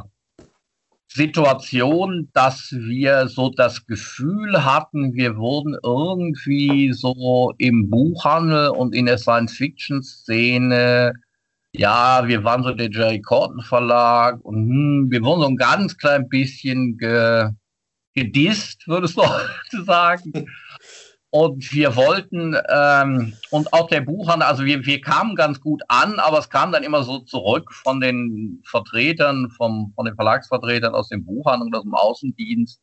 Situation, dass wir so das Gefühl hatten, wir wurden irgendwie so im Buchhandel und in der Science-Fiction-Szene, ja, wir waren so der Jerry Corton Verlag und hm, wir wurden so ein ganz klein bisschen ge, gedisst, würdest du heute sagen. Und wir wollten, ähm, und auch der Buchhandel, also wir, wir kamen ganz gut an, aber es kam dann immer so zurück von den Vertretern, vom, von den Verlagsvertretern aus dem Buchhandel und aus dem Außendienst.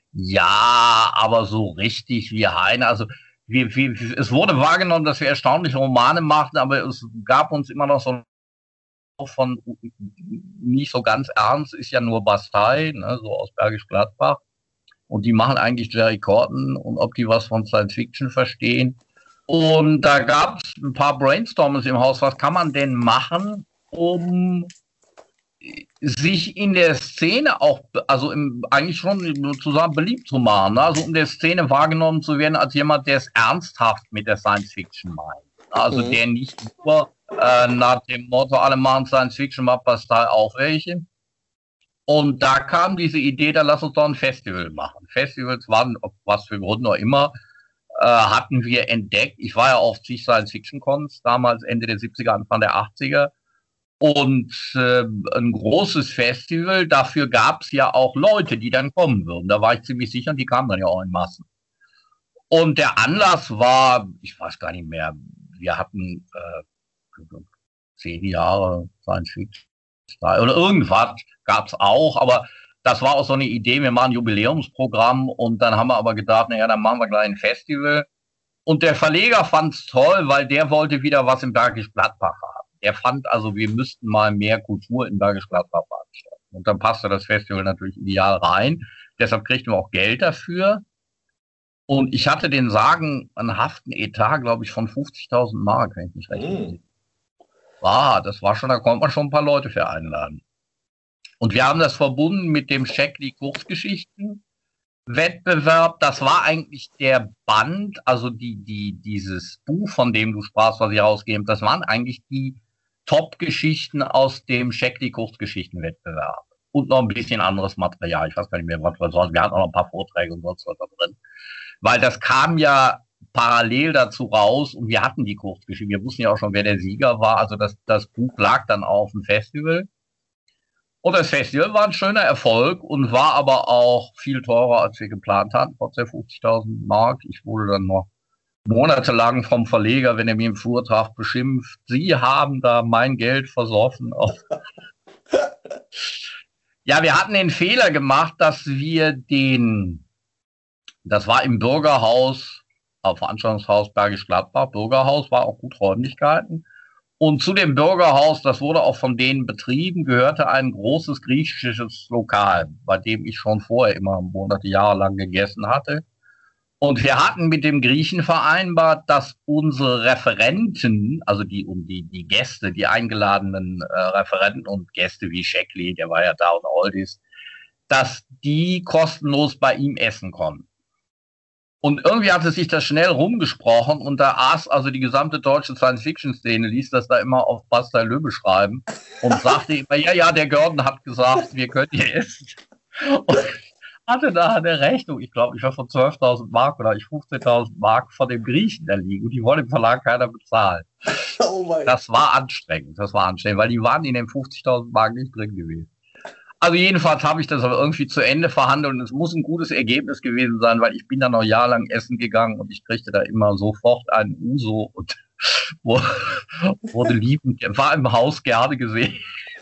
Ja, aber so richtig wie Heine, also wir, wir, es wurde wahrgenommen, dass wir erstaunliche Romane machten, aber es gab uns immer noch so von nicht so ganz ernst, ist ja nur Bastei, ne, so aus Bergisch Gladbach. Und die machen eigentlich Jerry Corton und ob die was von Science Fiction verstehen. Und da gab es ein paar Brainstorms im Haus. Was kann man denn machen, um sich in der Szene auch, also im, eigentlich schon zusammen beliebt zu machen, ne? Also um der Szene wahrgenommen zu werden als jemand, der es ernsthaft mit der Science Fiction meint. Also mhm. der nicht nur äh, nach dem Motto, alle machen Science Fiction, macht Bastei auch welche. Und da kam diese Idee, da lass uns doch ein Festival machen. Festivals waren, auf was für Gründe auch immer, äh, hatten wir entdeckt. Ich war ja auf zig Science-Fiction-Cons, damals Ende der siebziger, Anfang der achtziger. Und äh, ein großes Festival, dafür gab es ja auch Leute, die dann kommen würden. Da war ich ziemlich sicher und die kamen dann ja auch in Massen. Und der Anlass war, ich weiß gar nicht mehr, wir hatten äh, zehn Jahre Science-Fiction. Oder irgendwas gab's auch, aber das war auch so eine Idee, wir machen ein Jubiläumsprogramm und dann haben wir aber gedacht, naja, dann machen wir gleich ein Festival. Und der Verleger fand's toll, weil der wollte wieder was in Bergisch Gladbach haben. Der fand also, wir müssten mal mehr Kultur in Bergisch Gladbach veranstalten. Und dann passte das Festival natürlich ideal rein. Deshalb kriegten wir auch Geld dafür. Und ich hatte den sagenhaften Etat, glaube ich, von fünfzigtausend Mark, wenn ich mich recht erinnere. Mm. War, das war schon, da konnte man schon ein paar Leute für einladen. Und wir haben das verbunden mit dem Shackley Kurzgeschichten-Wettbewerb. Das war eigentlich der Band, also die, die, dieses Buch, von dem du sprachst, was ich rausgegeben habe, das waren eigentlich die Top-Geschichten aus dem Shackley Kurzgeschichten-Wettbewerb. Und noch ein bisschen anderes Material. Ich weiß gar nicht mehr, was wir sonst. Wir hatten auch noch ein paar Vorträge und sonst was da drin. Weil das kam ja parallel dazu raus und wir hatten die Kurzgeschichte. Wir wussten ja auch schon, wer der Sieger war. Also das, das Buch lag dann auf dem Festival. Und das Festival war ein schöner Erfolg und war aber auch viel teurer, als wir geplant hatten. Trotzdem fünfzigtausend Mark. Ich wurde dann noch monatelang vom Verleger, wenn er mir im Vortrag beschimpft, Sie haben da mein Geld versoffen. Ja, wir hatten den Fehler gemacht, dass wir den, das war im Bürgerhaus, Veranstaltungshaus Bergisch Gladbach, Bürgerhaus, war auch gut Räumlichkeiten. Und zu dem Bürgerhaus, das wurde auch von denen betrieben, gehörte ein großes griechisches Lokal, bei dem ich schon vorher immer Monate, Jahre lang gegessen hatte. Und wir hatten mit dem Griechen vereinbart, dass unsere Referenten, also die, die, die Gäste, die eingeladenen äh, Referenten und Gäste wie Shackley, der war ja da, und Oldis, dass die kostenlos bei ihm essen konnten. Und irgendwie hatte sich das schnell rumgesprochen und da aß also die gesamte deutsche Science-Fiction-Szene, ließ das da immer auf Bastei Löbe schreiben und sagte immer, ja, ja, der Gordon hat gesagt, wir können hier essen. Und hatte da eine Rechnung, ich glaube, ich war von zwölftausend Mark oder ich fünfzehntausend Mark von dem Griechen da liegen und die wollte im Verlag keiner bezahlen. Oh mein. Das war anstrengend, das war anstrengend, weil die waren in den fünfzigtausend Mark nicht drin gewesen. Also jedenfalls habe ich das aber irgendwie zu Ende verhandelt und es muss ein gutes Ergebnis gewesen sein, weil ich bin da noch jahrelang essen gegangen und ich kriegte da immer sofort einen Uso und wurde liebend, war im Haus gerne gesehen.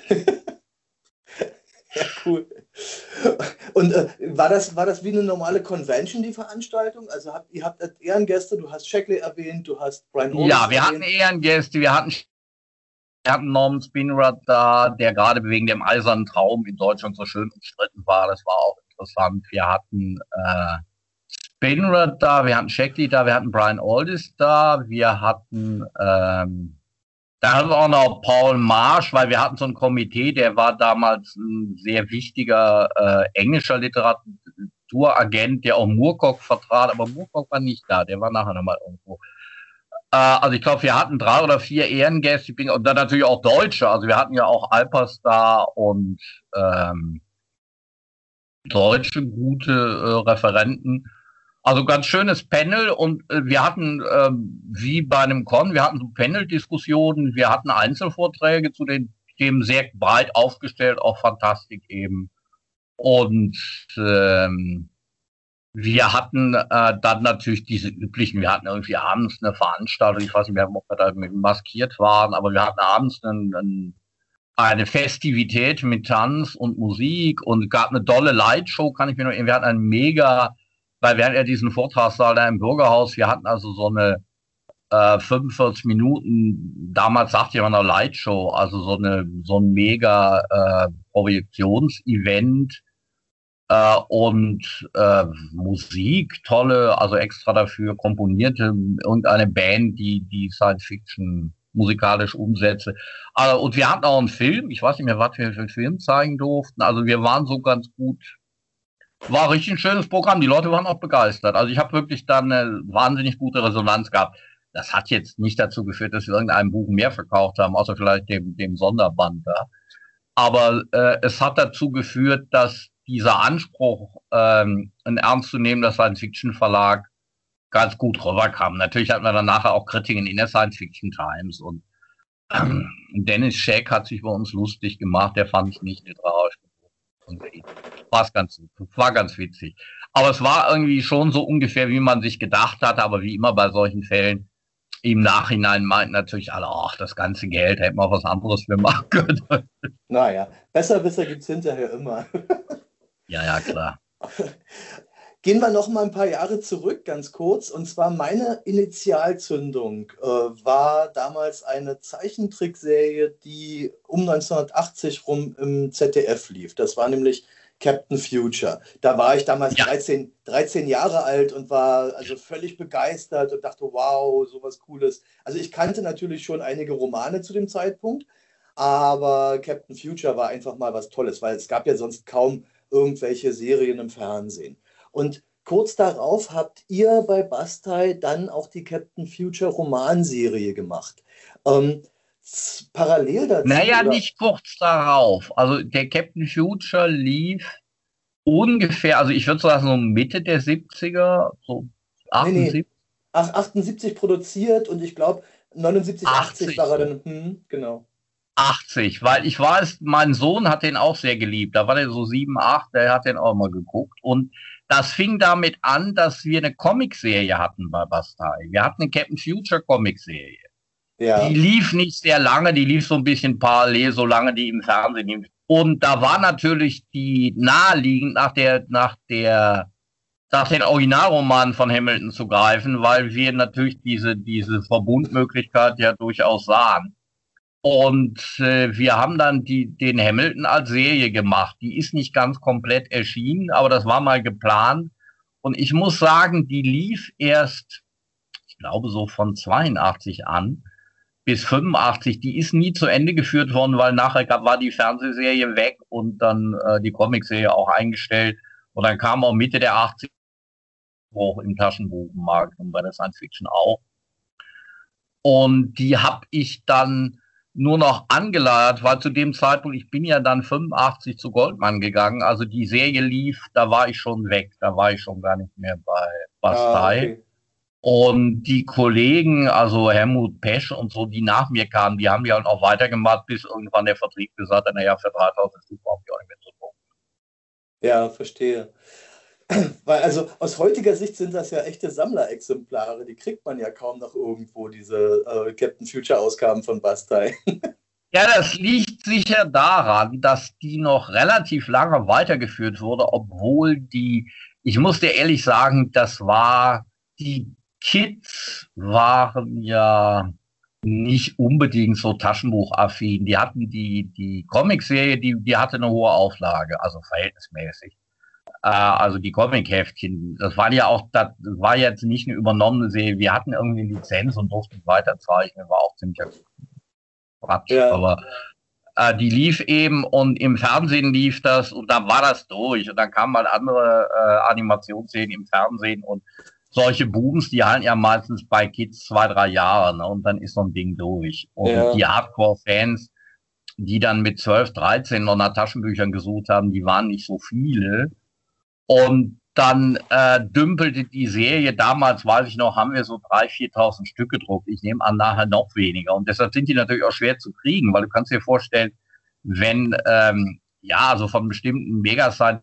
Ja, cool. Und äh, war das, war das wie eine normale Convention, die Veranstaltung? Also habt, ihr habt Ehrengäste, du hast Shackley erwähnt, du hast Brian Oldis Ja, wir erwähnt. hatten Ehrengäste, wir hatten, wir hatten Norman Spinrad da, der gerade wegen dem Eisernen Traum in Deutschland so schön umstritten war, das war auch interessant. Wir hatten äh, Spinrad da, wir hatten Shackley da, wir hatten Brian Oldis da, wir hatten ähm, da hatten wir auch noch Paul Marsh, weil wir hatten so ein Komitee, der war damals ein sehr wichtiger äh, englischer Literaturagent, der auch Moorcock vertrat, aber Moorcock war nicht da, der war nachher nochmal irgendwo. Äh, also ich glaube, wir hatten drei oder vier Ehrengäste, und dann natürlich auch Deutsche, also wir hatten ja auch Alpers da und ähm, deutsche gute äh, Referenten. Also ganz schönes Panel und äh, wir hatten, ähm, wie bei einem Con, wir hatten so Panel-Diskussionen, wir hatten Einzelvorträge zu den Themen sehr breit aufgestellt, auch Fantastik eben. Und ähm, wir hatten äh, dann natürlich diese üblichen, wir hatten irgendwie abends eine Veranstaltung, ich weiß nicht mehr, ob wir da maskiert waren, aber wir hatten abends einen, einen, eine Festivität mit Tanz und Musik und es gab eine dolle Lightshow, kann ich mir noch erinnern, wir hatten einen mega... Weil wir hatten ja diesen Vortragssaal da im Bürgerhaus, wir hatten also so eine äh, fünfundvierzig Minuten, damals sagte man eine Lightshow, also so eine so ein mega äh, Projektionsevent äh, und äh, Musik, tolle, also extra dafür komponierte, irgendeine Band, die die Science-Fiction musikalisch umsetze. Also, und wir hatten auch einen Film, ich weiß nicht mehr, was wir für einen Film zeigen durften, also wir waren so ganz gut. War richtig ein schönes Programm. Die Leute waren auch begeistert. Also ich habe wirklich dann eine wahnsinnig gute Resonanz gehabt. Das hat jetzt nicht dazu geführt, dass wir irgendein Buch mehr verkauft haben, außer vielleicht dem, dem Sonderband da. Aber äh, es hat dazu geführt, dass dieser Anspruch, ähm, ein ernstzunehmender Science-Fiction-Verlag ganz gut rüberkam. Natürlich hatten wir dann nachher auch Kritiken in der Science-Fiction Times und ähm, Dennis Scheck hat sich bei uns lustig gemacht. Der fand es nicht literarisch. War's ganz, war ganz witzig. Aber es war irgendwie schon so ungefähr, wie man sich gedacht hatte, aber wie immer bei solchen Fällen, im Nachhinein meinten natürlich alle, ach, das ganze Geld, hätten wir auch was anderes für machen können. Naja, Besserwisser gibt es hinterher immer. Ja, ja, klar. Gehen wir noch mal ein paar Jahre zurück, ganz kurz. Und zwar meine Initialzündung äh, war damals eine Zeichentrickserie, die um neunzehnhundertachtzig rum im Z D F lief. Das war nämlich Captain Future. Da war ich damals ja. dreizehn, dreizehn Jahre alt und war also völlig begeistert und dachte, wow, sowas Cooles. Also ich kannte natürlich schon einige Romane zu dem Zeitpunkt, aber Captain Future war einfach mal was Tolles, weil es gab ja sonst kaum irgendwelche Serien im Fernsehen. Und kurz darauf habt ihr bei Bastei dann auch die Captain Future Romanserie gemacht. Ähm, parallel dazu... Naja, oder? Nicht kurz darauf. Also der Captain Future lief ungefähr, also ich würde sagen so Mitte der siebziger, so achtundsiebzig. Nee, nee. Ach, achtundsiebzig produziert und ich glaube neunundsiebzig, achtzig war er dann, hm, genau. achtzig, weil ich weiß, mein Sohn hat den auch sehr geliebt. Da war der so sieben, acht, der hat den auch mal geguckt. Und das fing damit an, dass wir eine Comicserie hatten bei Bastei. Wir hatten eine Captain Future Comicserie. Ja. Die lief nicht sehr lange, die lief so ein bisschen parallel, solange die im Fernsehen lief. Und da war natürlich die naheliegend nach der, nach der, nach den Originalromanen von Hamilton zu greifen, weil wir natürlich diese, diese Verbundmöglichkeit ja durchaus sahen. Und äh, wir haben dann die, den Hamilton als Serie gemacht. Die ist nicht ganz komplett erschienen, aber das war mal geplant. Und ich muss sagen, die lief erst, ich glaube so von zweiundachtzig an bis fünfundachtzig. Die ist nie zu Ende geführt worden, weil nachher gab, war die Fernsehserie weg und dann äh, die Comicserie auch eingestellt. Und dann kam auch Mitte der achtziger auch im Taschenbuchmarkt und bei der Science Fiction auch. Und die habe ich dann nur noch angeleiert, weil zu dem Zeitpunkt, ich bin ja dann fünfundachtzig zu Goldman gegangen, also die Serie lief, da war ich schon weg, da war ich schon gar nicht mehr bei Bastei. Ah, okay. Und die Kollegen, also Helmut Pesch und so, die nach mir kamen, die haben die halt auch weitergemacht, bis irgendwann der Vertrieb gesagt hat, naja, für dreitausend Stück brauche ich auch nicht mehr zu gucken. Ja, verstehe. Weil also aus heutiger Sicht sind das ja echte Sammlerexemplare, die kriegt man ja kaum noch irgendwo, diese äh, Captain Future Ausgaben von Bastei. Ja, das liegt sicher daran, dass die noch relativ lange weitergeführt wurde, obwohl die, ich muss dir ehrlich sagen, das war, die Kids waren ja nicht unbedingt so taschenbuchaffin. Die hatten die, die Comicserie, die, die hatte eine hohe Auflage, also verhältnismäßig. Also die Comic-Heftchen, das war ja auch, das war jetzt nicht eine übernommene Serie. Wir hatten irgendwie eine Lizenz und durften weiterzeichnen, war auch ziemlich Quatsch. Ja. Aber äh, die lief eben und im Fernsehen lief das und dann war das durch. Und dann kamen halt andere äh, Animationsserien im Fernsehen und solche Booms, die halten ja meistens bei Kids zwei, drei Jahre, ne? Und dann ist so ein Ding durch. Und ja. Die Hardcore-Fans, die dann mit zwölf, dreizehn noch nach Taschenbüchern gesucht haben, die waren nicht so viele. Und dann äh, dümpelte die Serie, damals weiß ich noch, haben wir so dreitausend, viertausend Stück gedruckt. Ich nehme an, nachher noch weniger. Und deshalb sind die natürlich auch schwer zu kriegen, weil du kannst dir vorstellen, wenn, ähm, ja, also von bestimmten Megasite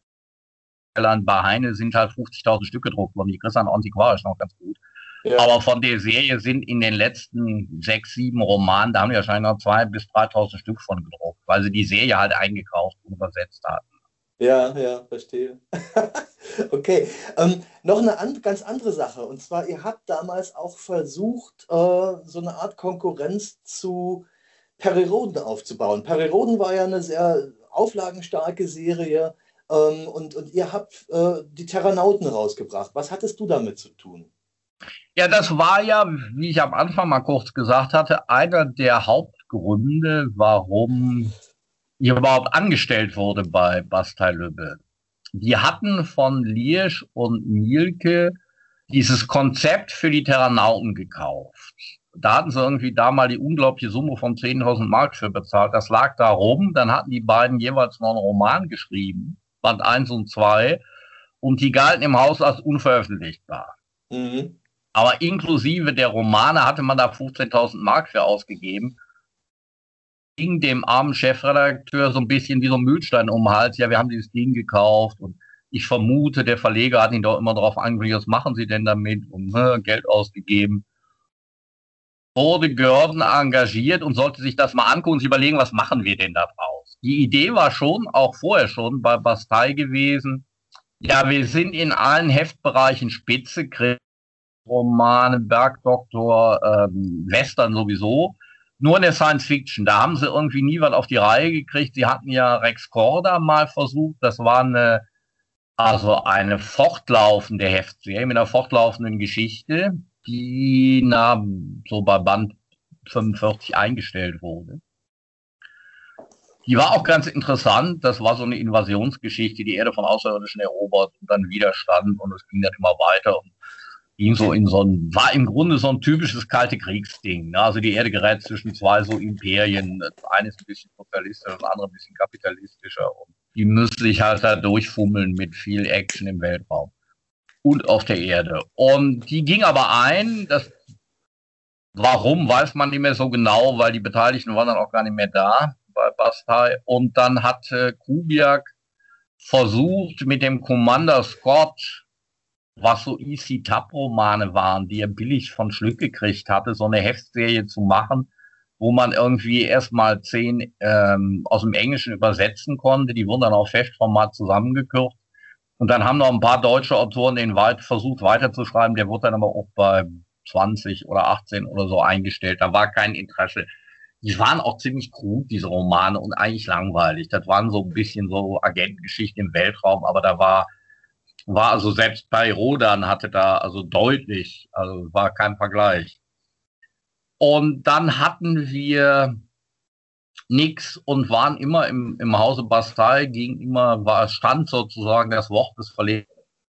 bei Heine sind halt fünfzigtausend Stück gedruckt worden. Die kriegst du an antiquarisch noch ganz gut. Ja. Aber von der Serie sind in den letzten sechs, sieben Romanen, da haben die wahrscheinlich noch zweitausend bis dreitausend Stück von gedruckt, weil sie die Serie halt eingekauft und übersetzt hatten. Ja, ja, verstehe. Okay, ähm, noch eine an, ganz andere Sache. Und zwar, ihr habt damals auch versucht, äh, so eine Art Konkurrenz zu Perry Rhodan aufzubauen. Perry Rhodan war ja eine sehr auflagenstarke Serie ähm, und, und ihr habt äh, die Terranauten rausgebracht. Was hattest du damit zu tun? Ja, das war ja, wie ich am Anfang mal kurz gesagt hatte, einer der Hauptgründe, warum ich überhaupt angestellt wurde bei Bastei Lübbe. Die hatten von Liersch und Mielke dieses Konzept für die Terranauten gekauft. Da hatten sie irgendwie da mal die unglaubliche Summe von zehntausend Mark für bezahlt. Das lag da rum. Dann hatten die beiden jeweils noch einen Roman geschrieben, Band eins und zwei, und die galten im Haus als unveröffentlichtbar. Mhm. Aber inklusive der Romane hatte man da fünfzehntausend Mark für ausgegeben. Ging dem armen Chefredakteur so ein bisschen wie so ein Mühlstein um den Hals. Ja, wir haben dieses Ding gekauft und ich vermute, der Verleger hat ihn doch immer darauf angelegt, was machen Sie denn damit? Und ne, Geld ausgegeben. Wurde Görden engagiert und sollte sich das mal angucken und sich überlegen, was machen wir denn da draus? Die Idee war schon, auch vorher schon bei Bastei gewesen, ja, wir sind in allen Heftbereichen Spitze, Romane, Bergdoktor, ähm, Western sowieso. Nur in der Science Fiction, da haben sie irgendwie nie was auf die Reihe gekriegt. Sie hatten ja Rex Corda mal versucht, das war eine, also eine fortlaufende Heftserie mit einer fortlaufenden Geschichte, die na, so bei Band fünfundvierzig eingestellt wurde. Die war auch ganz interessant, das war so eine Invasionsgeschichte, die Erde von Außerirdischen erobert und dann Widerstand und es ging dann immer weiter und ging so in so ein, war im Grunde so ein typisches kalte Kriegsding. Ne? Also die Erde gerät zwischen zwei so Imperien. Das eine ist ein bisschen sozialistischer, das andere ein bisschen kapitalistischer. Und die müssen sich halt da durchfummeln mit viel Action im Weltraum. und auf der Erde. Und die ging aber ein, das, warum, weiß man nicht mehr so genau, weil die Beteiligten waren dann auch gar nicht mehr da bei Bastei. Und dann hat äh, Kubiak versucht, mit dem Commander Scott, was so E C Tubb-Romane waren, die er billig von Schlück gekriegt hatte, so eine Heftserie zu machen, wo man irgendwie erstmal zehn ähm, aus dem Englischen übersetzen konnte. Die wurden dann auf Heftformat zusammengekürzt. Und dann haben noch ein paar deutsche Autoren den weit versucht weiterzuschreiben. Der wurde dann aber auch bei zwanzig oder achtzehn oder so eingestellt. Da war kein Interesse. Die waren auch ziemlich krud, diese Romane, und eigentlich langweilig. Das waren so ein bisschen so Agentengeschichten im Weltraum, aber da war, war also selbst bei Rodan hatte da also deutlich, also war kein Vergleich. Und dann hatten wir nix und waren immer im, im Hause Bastei, ging immer, war, stand sozusagen das Wort des Verlegers.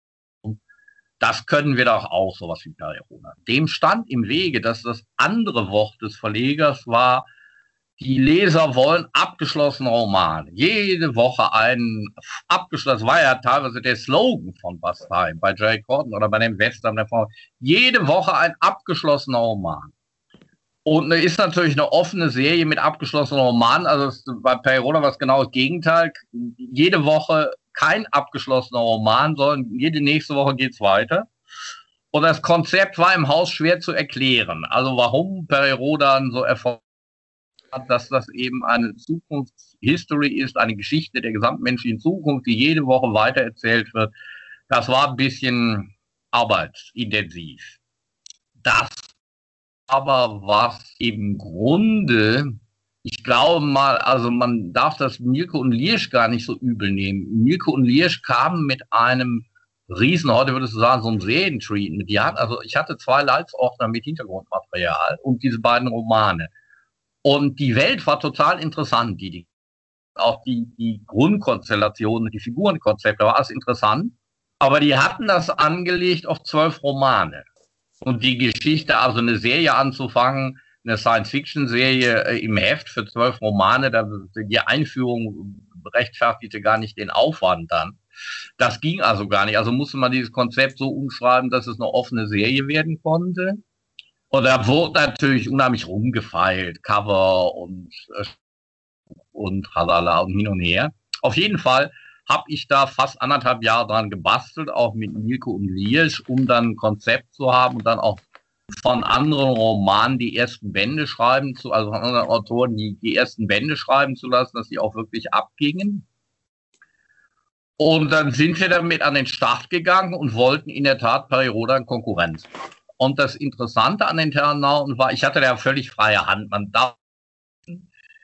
Das können wir doch auch, sowas wie Perioda. Dem stand im Wege, dass das andere Wort des Verlegers war, die Leser wollen abgeschlossene Romane. Jede Woche ein abgeschlossen, das war ja teilweise der Slogan von Bastei, bei Jay Corden oder bei dem Western der Frau. Jede Woche ein abgeschlossener Roman. Und ist natürlich eine offene Serie mit abgeschlossenen Romanen. Also ist bei Perioda was genau das Gegenteil. Jede Woche kein abgeschlossener Roman, sondern jede nächste Woche geht's weiter. Und das Konzept war im Haus schwer zu erklären. Also warum Perioda so erfolgreich hat, dass das eben eine Zukunftshistory ist, eine Geschichte der gesamtmenschlichen Zukunft, die jede Woche weitererzählt wird. Das war ein bisschen arbeitsintensiv. Das aber was im Grunde, ich glaube mal, also man darf das Mielke und Liersch gar nicht so übel nehmen. Mielke und Liersch kamen mit einem Riesen, heute würdest du sagen, so ein Serientreatment. Die hatten, also ich hatte zwei Leitsordner mit Hintergrundmaterial und diese beiden Romane. Und die Welt war total interessant, die, die auch die, die Grundkonstellationen, die Figurenkonzepte, war alles interessant. Aber die hatten das angelegt auf zwölf Romane. Und die Geschichte, also eine Serie anzufangen, eine Science-Fiction-Serie äh, im Heft für zwölf Romane, da, die Einführung rechtfertigte gar nicht den Aufwand dann. Das ging also gar nicht. Also musste man dieses Konzept so umschreiben, dass es eine offene Serie werden konnte. Und da wurde natürlich unheimlich rumgefeilt, Cover und, äh, und tralala und hin und her. Auf jeden Fall habe ich da fast anderthalb Jahre dran gebastelt, auch mit Mielke und Liersch, um dann ein Konzept zu haben und dann auch von anderen Romanen die ersten Bände schreiben zu, also von anderen Autoren die, die ersten Bände schreiben zu lassen, dass die auch wirklich abgingen. Und dann sind wir damit an den Start gegangen und wollten in der Tat Perioda in Konkurrenz. Und das Interessante an den Terranauten war, ich hatte da völlig freie Hand. Man darf äh,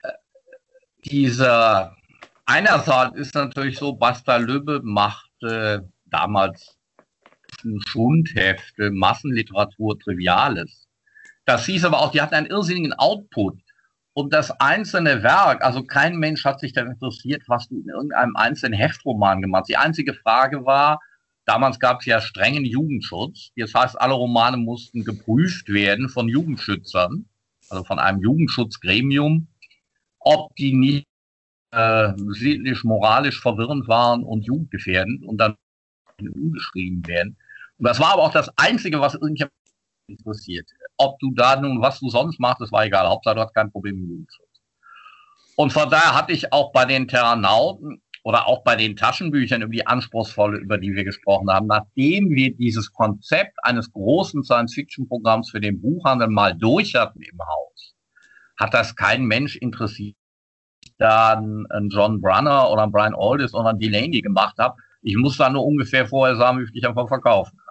dieser einerseits ist natürlich so, Bastei Lübbe machte äh, damals Schundhefte, Massenliteratur, Triviales. Das hieß aber auch, die hatten einen irrsinnigen Output. Und das einzelne Werk, also kein Mensch hat sich dann interessiert, was du in irgendeinem einzelnen Heftroman gemacht hast. Die einzige Frage war, damals gab es ja strengen Jugendschutz. Das heißt, alle Romane mussten geprüft werden von Jugendschützern, also von einem Jugendschutzgremium, ob die nicht äh, sittlich, moralisch verwirrend waren und jugendgefährdend und dann umgeschrieben werden. Und das war aber auch das Einzige, was irgendjemand interessiert. Ob du da nun, was du sonst machst, das war egal. Hauptsache, du hast kein Problem mit Jugendschutz. Und von daher hatte ich auch bei den Terranauten oder auch bei den Taschenbüchern, über die anspruchsvolle, über die wir gesprochen haben, nachdem wir dieses Konzept eines großen Science-Fiction-Programms für den Buchhandel mal durch hatten im Haus, hat das kein Mensch interessiert, da einen John Brunner oder einen Brian Aldiss oder einen Delaney gemacht habe. Ich muss da nur ungefähr vorher sagen, wie viel ich einfach verkaufen kann.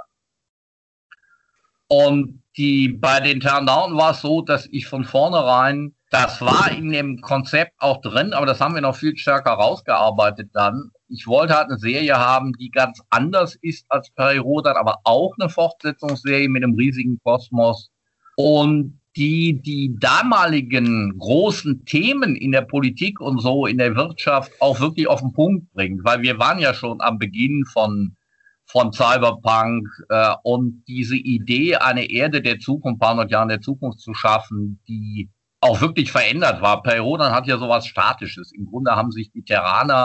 Und die, bei den Terranauten war es so, dass ich von vornherein, das war in dem Konzept auch drin, aber das haben wir noch viel stärker rausgearbeitet dann. Ich wollte halt eine Serie haben, die ganz anders ist als Perioda, aber auch eine Fortsetzungsserie mit einem riesigen Kosmos und die die damaligen großen Themen in der Politik und so in der Wirtschaft auch wirklich auf den Punkt bringt, weil wir waren ja schon am Beginn von von Cyberpunk äh, und diese Idee, eine Erde der Zukunft, ein paar hundert Jahren der Zukunft zu schaffen, die auch wirklich verändert war. Perioda hat ja sowas Statisches. Im Grunde haben sich die Terraner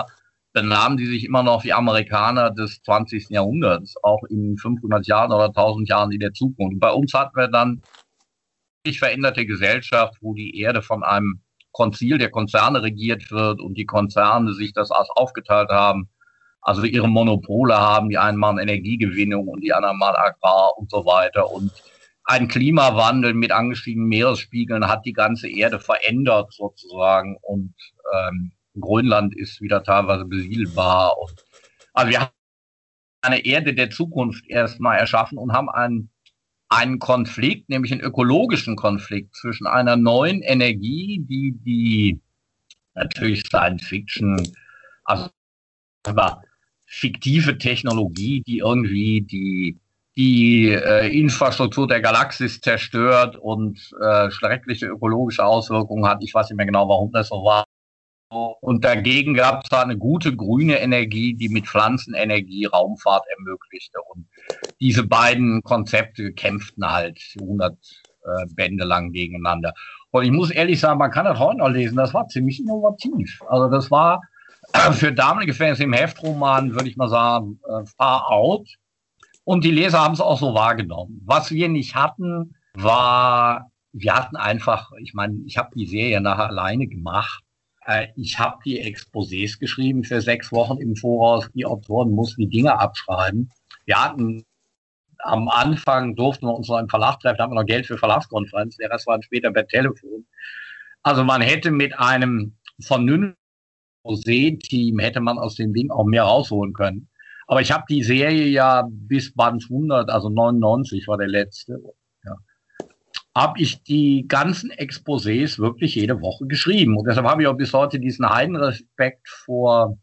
benahmen die sich immer noch wie Amerikaner des zwanzigsten Jahrhunderts, auch in fünfhundert Jahren oder tausend Jahren in der Zukunft. Und bei uns hatten wir dann eine veränderte Gesellschaft, wo die Erde von einem Konzil der Konzerne regiert wird und die Konzerne sich das alles aufgeteilt haben, also ihre Monopole haben, die einen machen Energiegewinnung und die anderen machen Agrar und so weiter. Und ein Klimawandel mit angestiegenen Meeresspiegeln hat die ganze Erde verändert sozusagen und ähm, Grönland ist wieder teilweise besiedelbar. Und, also wir haben eine Erde der Zukunft erstmal erschaffen und haben einen, einen Konflikt, nämlich einen ökologischen Konflikt zwischen einer neuen Energie, die die natürlich Science Fiction, also aber fiktive Technologie, die irgendwie die die äh, Infrastruktur der Galaxis zerstört und äh, schreckliche ökologische Auswirkungen hat. Ich weiß nicht mehr genau, warum das so war. Und dagegen gab es da eine gute grüne Energie, die mit Pflanzenenergie Raumfahrt ermöglichte. Und diese beiden Konzepte kämpften halt hundert äh, Bände lang gegeneinander. Und ich muss ehrlich sagen, man kann das heute noch lesen, das war ziemlich innovativ. Also das war äh, für damalige Fans im Heftroman, würde ich mal sagen, äh, far out. Und die Leser haben es auch so wahrgenommen. Was wir nicht hatten, war, wir hatten einfach, ich meine, ich habe die Serie nachher alleine gemacht. Ich habe die Exposés geschrieben für sechs Wochen im Voraus. Die Autoren mussten die Dinge abschreiben. Wir hatten am Anfang, durften wir uns noch im Verlag treffen, da haben wir noch Geld für Verlagskonferenz. Der Rest war dann später per Telefon. Also man hätte mit einem vernünftigen Exposé-Team, hätte man aus dem Ding auch mehr rausholen können. Aber ich habe die Serie ja bis Band hundert, also neunundneunzig war der letzte, ja, habe ich die ganzen Exposés wirklich jede Woche geschrieben. Und deshalb habe ich auch bis heute diesen Heidenrespekt vor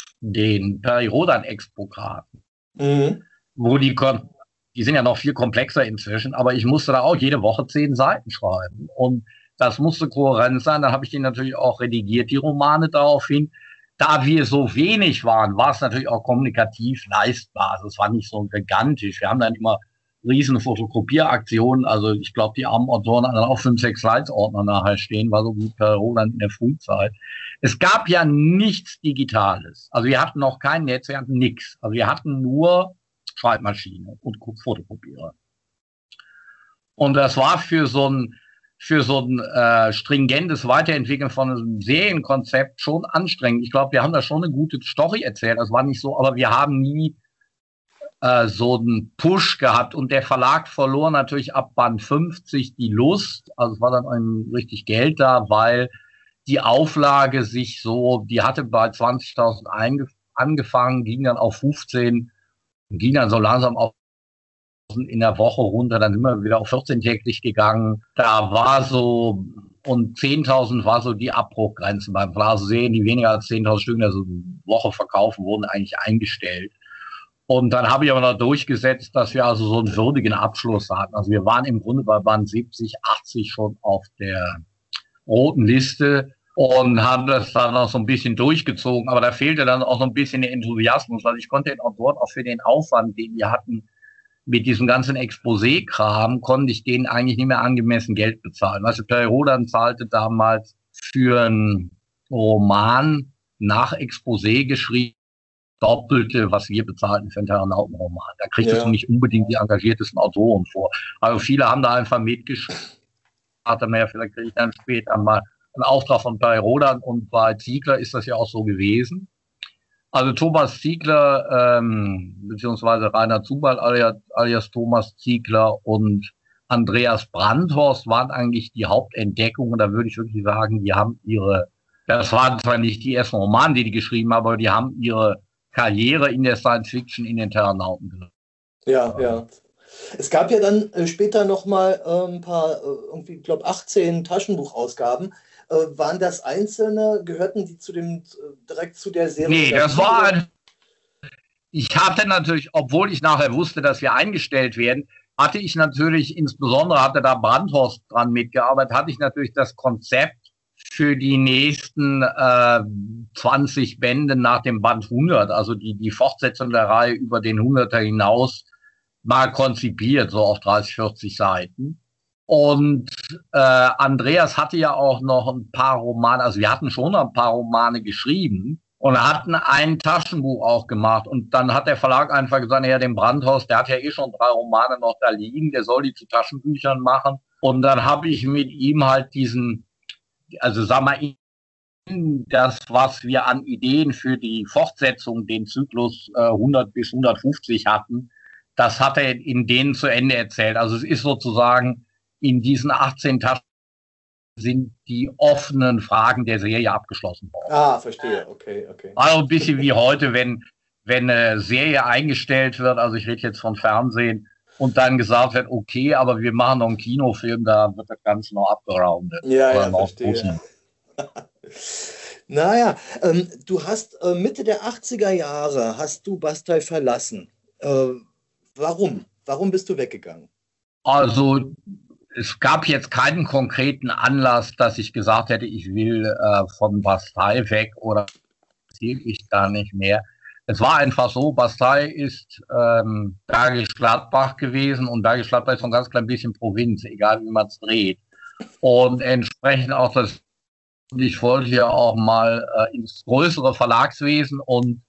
den Peri-Rodan-Expograten. Mhm. Wo die, die sind ja noch viel komplexer inzwischen, aber ich musste da auch jede Woche zehn Seiten schreiben. Und das musste kohärent sein. Dann habe ich die natürlich auch redigiert, die Romane daraufhin. Da wir so wenig waren, war es natürlich auch kommunikativ leistbar. Also es war nicht so gigantisch. Wir haben dann immer riesen Fotokopieraktionen. Also ich glaube, die armen Autoren hatten auch fünf, sechs Leitsordner nachher stehen, war so wie per Roland in der Frühzeit. Es gab ja nichts Digitales. Also wir hatten noch kein Netz, wir hatten nichts. Also wir hatten nur Schreibmaschine und Fotokopierer. Und das war für so ein für so ein äh, stringentes Weiterentwickeln von einem Serienkonzept schon anstrengend. Ich glaube, wir haben da schon eine gute Story erzählt. Das war nicht so, aber wir haben nie äh, so einen Push gehabt. Und der Verlag verlor natürlich ab Band fünfzig die Lust. Also es war dann ein richtig Geld da, weil die Auflage sich so, die hatte bei zwanzigtausend angefangen, ging dann auf fünfzehn, ging dann so langsam auf in der Woche runter, dann sind wir wieder auf vierzehn täglich gegangen. Da war so, und zehntausend war so die Abbruchgrenze beim Verlag. Also Serien, die weniger als zehntausend Stück in der Woche verkaufen, wurden eigentlich eingestellt. Und dann habe ich aber noch durchgesetzt, dass wir also so einen würdigen Abschluss hatten. Also wir waren im Grunde bei Band siebzig, achtzig schon auf der roten Liste und haben das dann noch so ein bisschen durchgezogen. Aber da fehlte dann auch so ein bisschen der Enthusiasmus, weil ich konnte den Autoren auch für den Aufwand, den wir hatten, mit diesem ganzen Exposé-Kram, konnte ich denen eigentlich nicht mehr angemessen Geld bezahlen. Weißt du, Peri-Rodan zahlte damals für einen Roman nach Exposé geschrieben, doppelte, was wir bezahlten für einen Terranautenroman. Da kriegst ja. du nicht unbedingt die engagiertesten Autoren vor. Also viele haben da einfach mitgeschrieben. Hatte mehr, vielleicht kriege ich dann später mal einen Auftrag von Peri-Rodan und bei Ziegler ist das ja auch so gewesen. Also Thomas Ziegler, ähm, beziehungsweise Rainer Zubal alias, alias Thomas Ziegler und Andreas Brandhorst waren eigentlich die Hauptentdeckungen. Da würde ich wirklich sagen, die haben ihre, das waren zwar nicht die ersten Romane, die die geschrieben haben, aber die haben ihre Karriere in der Science Fiction in den Terranauten gemacht. Ja, ja. Es gab ja dann äh, später nochmal äh, ein paar, äh, irgendwie, ich glaube, achtzehn Taschenbuchausgaben. Äh, waren das einzelne, gehörten die zu dem, direkt zu der Serie? Nee, das war ein, ich hatte natürlich, obwohl ich nachher wusste, dass wir eingestellt werden, hatte ich natürlich, insbesondere hatte da Brandhorst dran mitgearbeitet, hatte ich natürlich das Konzept für die nächsten äh, zwanzig Bände nach dem Band hundert, also die, die Fortsetzung der Reihe über den hunderter hinaus, mal konzipiert, so auf dreißig, vierzig Seiten. Und äh, Andreas hatte ja auch noch ein paar Romane, also wir hatten schon ein paar Romane geschrieben und hatten ein Taschenbuch auch gemacht. Und dann hat der Verlag einfach gesagt, ja, den Brandhaus, der hat ja eh schon drei Romane noch da liegen, der soll die zu Taschenbüchern machen. Und dann habe ich mit ihm halt diesen, also sag mal, das, was wir an Ideen für die Fortsetzung, den Zyklus äh, hundert bis hundertfünfzig hatten, das hat er in denen zu Ende erzählt. Also es ist sozusagen in diesen achtzehn Taschen sind die offenen Fragen der Serie abgeschlossen worden. Ah, verstehe, okay, okay. Also ein bisschen wie heute, wenn, wenn eine Serie eingestellt wird, also ich rede jetzt von Fernsehen, und dann gesagt wird, okay, aber wir machen noch einen Kinofilm, da wird das Ganze noch abgeraumt. Ja, ja, verstehe. Naja, ähm, du hast äh, Mitte der achtziger Jahre hast du Bastei verlassen. Äh, warum? Warum bist du weggegangen? Also es gab jetzt keinen konkreten Anlass, dass ich gesagt hätte, ich will äh, von Bastei weg oder erzähle ich gar nicht mehr. Es war einfach so, Bastei ist ähm, Bergisch Gladbach gewesen und Bergisch Gladbach ist so ein ganz klein bisschen Provinz, egal wie man es dreht. Und entsprechend auch das, ich wollte ja auch mal äh, ins größere Verlagswesen und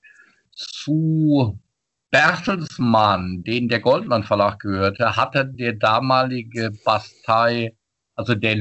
zu Bertelsmann, den der Goldmann Verlag gehörte, hatte der damalige Bastei, also der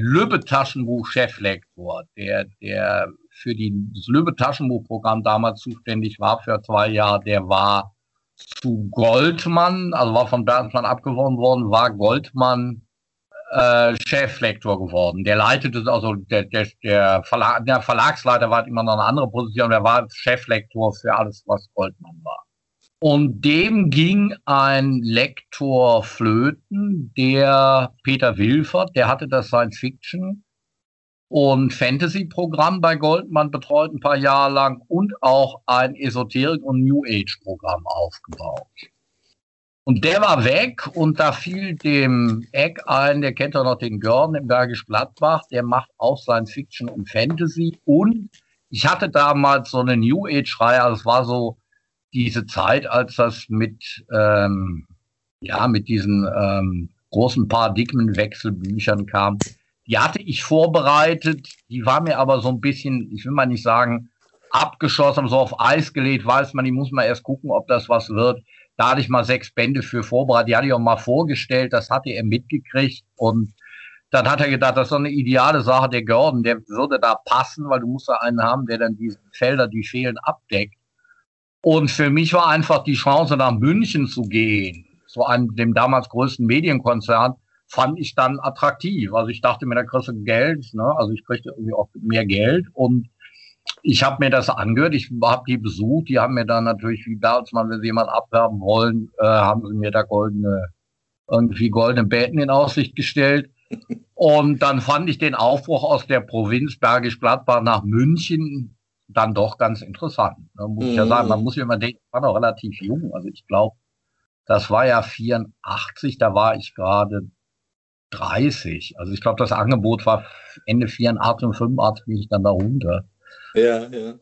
Lübbe-Taschenbuch-Cheflektor, der, der für die, das Lübbe-Taschenbuchprogramm damals zuständig war für zwei Jahre, der war zu Goldmann, also war von Bertelsmann abgeworben worden, war Goldmann äh, Cheflektor geworden. Der leitete, also der, der, der, Verlag, der Verlagsleiter war immer noch eine andere Position, der war Cheflektor für alles, was Goldmann war. Und dem ging ein Lektor flöten, der Peter Wilfert, der hatte das Science-Fiction- und Fantasy-Programm bei Goldmann betreut ein paar Jahre lang und auch ein Esoterik- und New-Age-Programm aufgebaut. Und der war weg und da fiel dem Eck ein, der kennt doch noch den Görn im Bergisch Gladbach, der macht auch Science-Fiction und Fantasy. Und ich hatte damals so eine New-Age-Reihe, also es war so diese Zeit, als das mit, ähm, ja, mit diesen ähm, großen Paradigmenwechselbüchern kam. Die hatte ich vorbereitet, die war mir aber so ein bisschen, ich will mal nicht sagen, abgeschossen, so auf Eis gelegt, weiß man, die muss man erst gucken, ob das was wird. Da hatte ich mal sechs Bände für vorbereitet, die hatte ich auch mal vorgestellt, das hatte er mitgekriegt und dann hat er gedacht, das ist so eine ideale Sache, der Gordon, der würde da passen, weil du musst da einen haben, der dann diese Felder, die fehlen, abdeckt. Und für mich war einfach die Chance, nach München zu gehen, zu einem, dem damals größten Medienkonzern, fand ich dann attraktiv. Also ich dachte mir, da kriegst du Geld, ne? Also ich kriegte irgendwie auch mehr Geld und ich habe mir das angehört, ich habe die besucht, die haben mir dann natürlich, wie Bertelsmann, wenn sie jemand abwerben wollen, äh, haben sie mir da goldene, irgendwie goldene Betten in Aussicht gestellt. Und dann fand ich den Aufbruch aus der Provinz Bergisch Gladbach nach München dann doch ganz interessant. Da muss ich ja sagen, man muss ja immer denken, ich war noch relativ jung. Also ich glaube, das war ja vierundachtzig, da war ich gerade dreißig. Also ich glaube, das Angebot war Ende vierundachtzig und fünfundachtzig bin ich dann da runter. Ja, ja.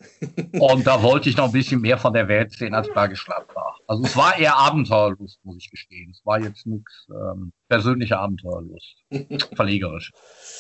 Und da wollte ich noch ein bisschen mehr von der Welt sehen als Bergisch Gladbach. Also es war eher Abenteuerlust, muss ich gestehen. Es war jetzt nichts ähm, persönliche Abenteuerlust, verlegerisch.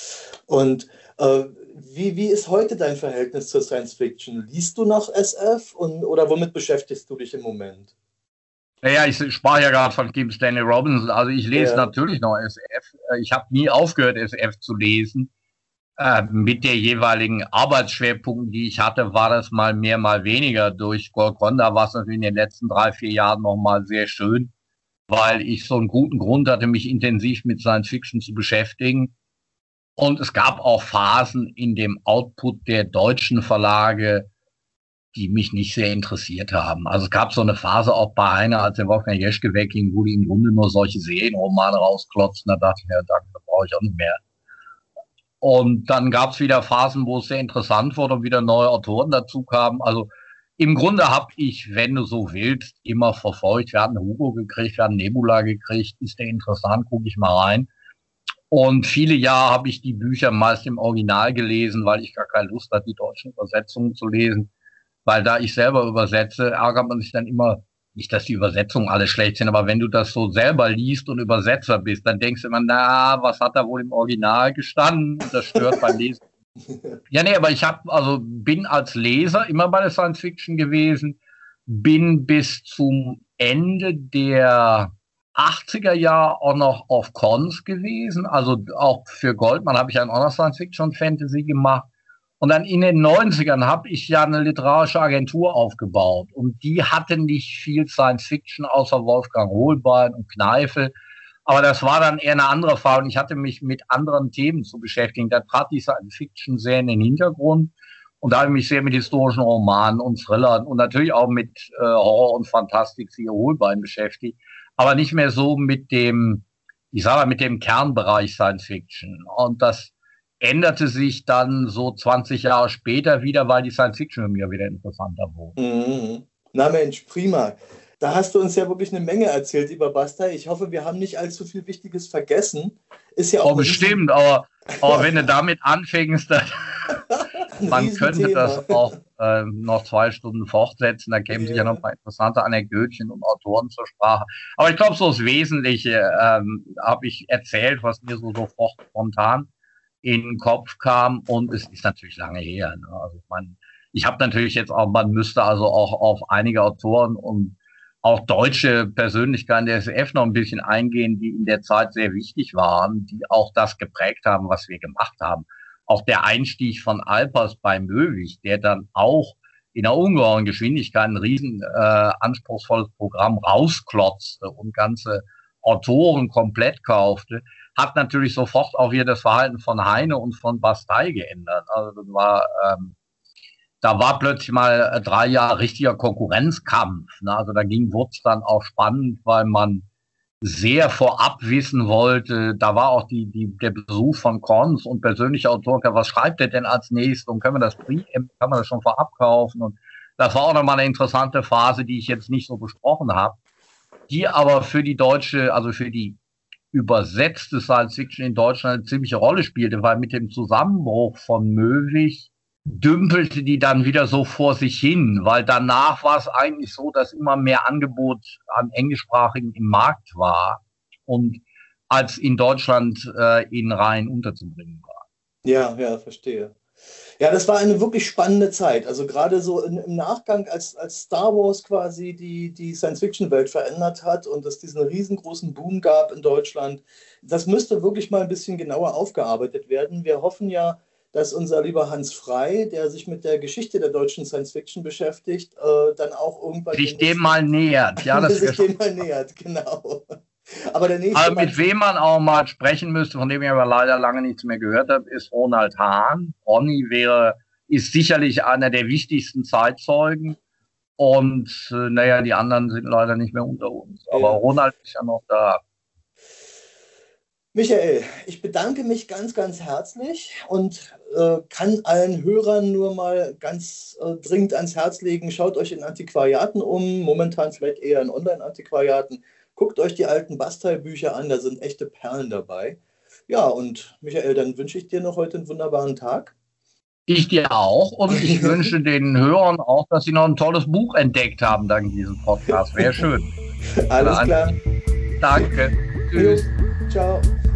Und äh, wie, wie ist heute dein Verhältnis zur Science Fiction? Liest du noch S F und, oder womit beschäftigst du dich im Moment? Naja, ich sprach ja gerade von Kim Stanley Robinson. Also ich lese ja natürlich noch S F. Ich habe nie aufgehört, S F zu lesen. Äh, mit der jeweiligen Arbeitsschwerpunkten, die ich hatte, war das mal mehr, mal weniger. Durch Golconda war es natürlich in den letzten drei, vier Jahren nochmal sehr schön, weil ich so einen guten Grund hatte, mich intensiv mit Science Fiction zu beschäftigen. Und es gab auch Phasen in dem Output der deutschen Verlage, die mich nicht sehr interessiert haben. Also es gab so eine Phase auch bei Heine, als der Wolfgang Jeschke wegging, wo die im Grunde nur solche Serienromane rausklotzen. Da dachte ich mir, danke, da brauche ich auch nicht mehr. Und dann gab es wieder Phasen, wo es sehr interessant wurde und wieder neue Autoren dazu kamen. Also im Grunde habe ich, wenn du so willst, immer verfolgt. Wir hatten Hugo gekriegt, wir hatten Nebula gekriegt. Ist der interessant, gucke ich mal rein. Und viele Jahre habe ich die Bücher meist im Original gelesen, weil ich gar keine Lust hatte, die deutschen Übersetzungen zu lesen. Weil da ich selber übersetze, ärgert man sich dann immer, nicht, dass die Übersetzungen alle schlecht sind, aber wenn du das so selber liest und Übersetzer bist, dann denkst du immer, na, was hat da wohl im Original gestanden? Und das stört beim Lesen Ja, nee, aber ich habe also bin als Leser immer bei der Science Fiction gewesen, bin bis zum Ende der achtziger Jahre auch noch auf Cons gewesen, also auch für Goldman habe ich dann auch noch Science Fiction Fantasy gemacht. Und dann in den neunzigern habe ich ja eine literarische Agentur aufgebaut und die hatte nicht viel Science Fiction außer Wolfgang Hohlbein und Kneifel. Aber das war dann eher eine andere Erfahrung. Ich hatte mich mit anderen Themen zu beschäftigen. Da trat die Science Fiction sehr in den Hintergrund. Und da habe ich mich sehr mit historischen Romanen und Thrillern und natürlich auch mit äh, Horror und Fantastik, siehe Hohlbein, beschäftigt. Aber nicht mehr so mit dem, ich sage mal, mit dem Kernbereich Science Fiction. Und das änderte sich dann so zwanzig Jahre später wieder, weil die Science Fiction für mich wieder interessanter wurde. Mhm. Na Mensch, prima. Da hast du uns ja wirklich eine Menge erzählt über Bastei. Ich hoffe, wir haben nicht allzu viel Wichtiges vergessen. Ist ja auch oh, bestimmt, aber, aber wenn du damit anfängst, dann man könnte das auch äh, noch zwei Stunden fortsetzen. Da kämen ja sicher noch ein paar interessante Anekdötchen und Autoren zur Sprache. Aber ich glaube, so das Wesentliche ähm, habe ich erzählt, was mir so sofort spontan in den Kopf kam. Und es ist natürlich lange her. Ne? Also man, ich habe natürlich jetzt auch, man müsste also auch auf einige Autoren und auch deutsche Persönlichkeiten der S F noch ein bisschen eingehen, die in der Zeit sehr wichtig waren, die auch das geprägt haben, was wir gemacht haben. Auch der Einstieg von Alpers bei Möwig, der dann auch in einer ungeheuren Geschwindigkeit ein riesen äh, anspruchsvolles Programm rausklotzte und ganze Autoren komplett kaufte, hat natürlich sofort auch wieder das Verhalten von Heine und von Bastei geändert. Also das war, ähm, da war plötzlich mal drei Jahre richtiger Konkurrenzkampf. Ne? Also da ging wurde es dann auch spannend, weil man sehr vorab wissen wollte. Da war auch die, die, der Besuch von Cons und persönliche Autoren. Was schreibt er denn als nächstes? Und können wir das, kann man das schon vorab kaufen? Und das war auch nochmal eine interessante Phase, die ich jetzt nicht so besprochen habe, die aber für die deutsche, also für die übersetzte Science Fiction in Deutschland eine ziemliche Rolle spielte, weil mit dem Zusammenbruch von Möwig dümpelte die dann wieder so vor sich hin, weil danach war es eigentlich so, dass immer mehr Angebot an Englischsprachigen im Markt war und als in Deutschland äh, in Reihen unterzubringen war. Ja, ja, verstehe. Ja, das war eine wirklich spannende Zeit. Also gerade so in, im Nachgang, als, als Star Wars quasi die, die Science-Fiction-Welt verändert hat und es diesen riesengroßen Boom gab in Deutschland, das müsste wirklich mal ein bisschen genauer aufgearbeitet werden. Wir hoffen ja, dass unser lieber Hans Frey, der sich mit der Geschichte der deutschen Science-Fiction beschäftigt, äh, dann auch irgendwann... Sich dem mal nähert. Ja, das sich dem mal nähert, genau. Aber der nächste also mit wem man auch mal sprechen müsste, von dem ich aber leider lange nichts mehr gehört habe, ist Ronald Hahn. Ronny wäre, ist sicherlich einer der wichtigsten Zeitzeugen. Und äh, naja, die anderen sind leider nicht mehr unter uns. Aber ja. Ronald ist ja noch da. Michael, ich bedanke mich ganz, ganz herzlich und äh, kann allen Hörern nur mal ganz äh, dringend ans Herz legen, schaut euch in Antiquariaten um, momentan vielleicht eher in Online-Antiquariaten. Guckt euch die alten Bastei-Bücher an, da sind echte Perlen dabei. Ja, und Michael, dann wünsche ich dir noch heute einen wunderbaren Tag. Ich dir auch und ich wünsche den Hörern auch, dass sie noch ein tolles Buch entdeckt haben dank diesem Podcast. Wäre schön. Alles klar. Danke. Tschüss. Jo, ciao.